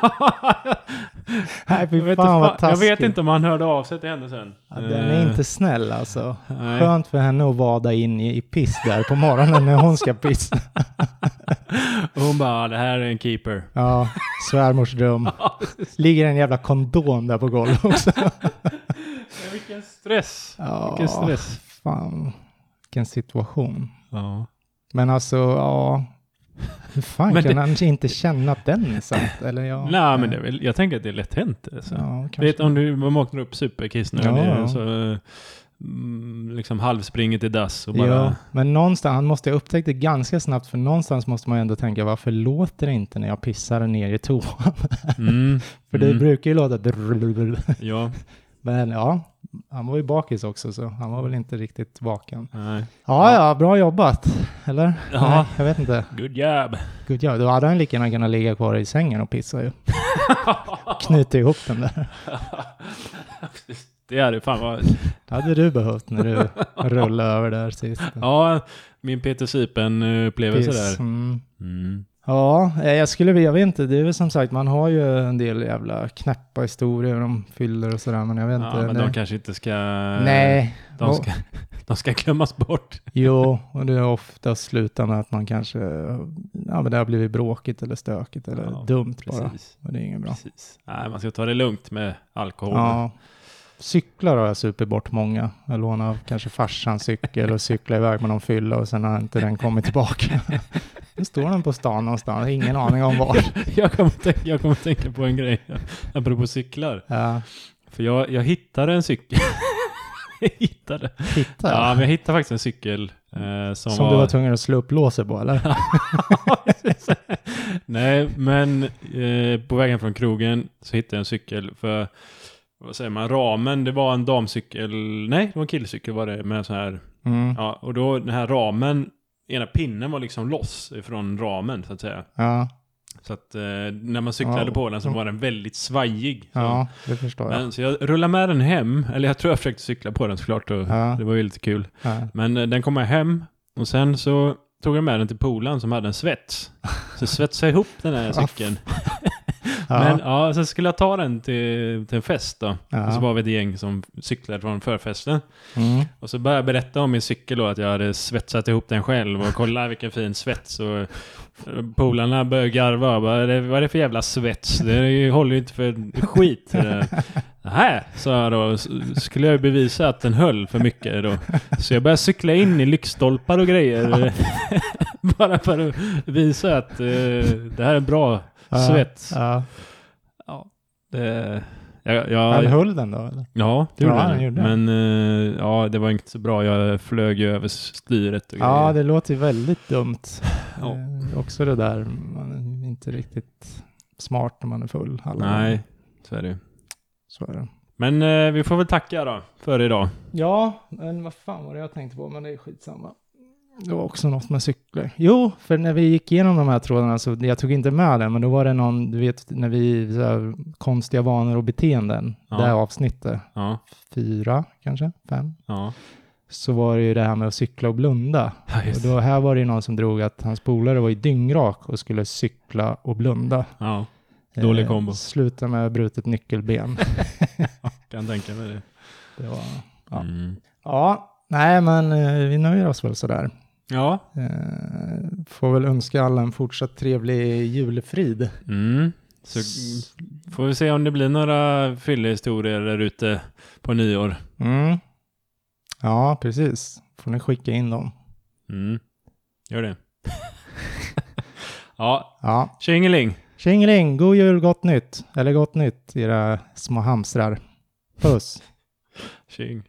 Nej, fy Jag vet, fan inte, vad fan, jag vet taskigt. inte om han hörde av sig till henne sen. Ja, den är Eh, inte snäll alltså. nej. Skönt för henne att vada in i, i piss där på morgonen när hon ska pissa. Och hon bara, det här är en keeper. Ja, svärmors dröm. Ligger en jävla kondom där på golvet också. Vilken stress. Ja, Vilken stress. fan. Vilken situation. Ja. Men alltså, ja. Hur fan Men kan det- han inte känna att den är sant? Eller ja. Nej, men det är väl, jag tänker att det är lätt hänt. Alltså. Ja, kanske. Vet om du man vaknar upp superkissnödig Ja, ja. så mm, liksom halvspringer till dass och bara... Ja, men någonstans, han måste ha upptäckt det ganska snabbt, för någonstans måste man ju ändå tänka, varför låter det inte när jag pissar ner i toan? Mm, För det mm, brukar ju låta drrrrrrr. Ja, Men ja, han var ju bakis också, så han var väl inte riktigt vaken. nej. Ja, ja, bra jobbat. Eller? Ja. Nej, jag vet inte. Good job. Gud, ja, då hade han lika gärna kunnat ligga kvar i sängen och pissa ju. Knyta ihop den där. Det hade fan var... Det hade du behövt när du rullade över där sist. Ja, min Peter Sipen-upplevelse där. Mm. Mm. Ja, jag skulle jag vet inte. Det är väl som sagt, man har ju en del jävla knäppa historier de fyller och sådär, men jag vet Ja, inte. men det... de kanske inte ska... Nej. De ska, de ska glömmas bort. Jo, och det är ofta slutar med att man kanske, ja men det har blivit bråkigt eller stökigt eller Ja, dumt precis. bara. Och det är inget bra. Precis. Nej, man ska ta det lugnt med alkohol. Ja. Cyklar har jag super bort många. Jag lånar kanske farsans cykel och cyklar iväg med någon fylla och sen har inte den kommit tillbaka. Nu står den på stan någonstans, ingen aning om var. jag, kommer tänka, jag kommer tänka på en grej, apropå cyklar. Ja. För jag, jag hittade en cykel. jag hittade. Hittade? Ja, men jag hittade faktiskt en cykel. Eh, som som var... du var tvungen att slå upp låset på, eller? Nej, men eh, på vägen från krogen så hittade jag en cykel för, vad säger man, ramen, det var en damcykel, nej, det var en killcykel var det, med så här, Mm. ja, och då den här ramen, ena pinnen var liksom loss ifrån ramen så att säga. Ja. Så att eh, när man cyklade Ja. på den så var den väldigt svajig. Så. Ja, det förstår jag. Men, så jag rullade med den hem, eller jag tror jag försökte cykla på den såklart och Ja. det var ju lite kul. Ja. Men eh, den kom jag hem och sen så tog jag med den till polaren som hade en svets. Så svetsade jag ihop den här cykeln. Ja. Men ja, så skulle jag ta den till, till en fest då. Ja. Och så var vi ett gäng som cyklade från förfesten. Mm. Och så började jag berätta om min cykel då, att jag hade svetsat ihop den själv och kolla vilken fin svets. Och eh, polarna började garva och bara, "Det- vad är det för jävla svets? Det är ju- håller ju inte för skit. Nej, så jag då, s- skulle jag bevisa att den höll för mycket då. Så jag började cykla in i lyktstolpar och grejer. Bara för att visa att eh, det här är bra svets. Ja. Ja, det... Jag, jag, Han höll den då, eller? Ja, det Ja, gjorde han den. gjorde Men eh, ja, det var inte så bra. Jag flög ju över styret och Ja, grejer. det låter ju väldigt dumt. Ja. Eh, också det där, man är inte riktigt smart när man är full. Alla Nej, så är det ju. Så är det. Men eh, vi får väl tacka då för idag. Ja, men vad fan var det jag tänkte på? Men det är skitsamma. Det var också något med cyklar. Jo, för när vi gick igenom de här trådarna så jag tog inte med det, men då var det någon, du vet, när vi så här, konstiga vanor och beteenden, Ja. det här avsnittet, Ja, fyra kanske, fem, ja. så var det ju det här med att cykla och blunda. Ja, Och just. då, här var det ju någon som drog att hans polare var i dyngrak och skulle cykla och blunda. Ja, dålig kombo. Eh, sluta med brutet nyckelben. kan tänka mig det. Det var, ja. Mm. ja, nej men eh, vi nöjer oss väl sådär. Ja. Eh, får väl önska alla en fortsatt trevlig julfrid. Mm. Så får vi se om det blir några fyllehistorier där ute på nyår. Mm. Ja, precis. Får ni skicka in dem. Mm. Gör det. Ja, Ja. tjingeling. Tjingeling, god jul, gott nytt. Eller gott nytt, era små hamstrar. Puss. Tjing.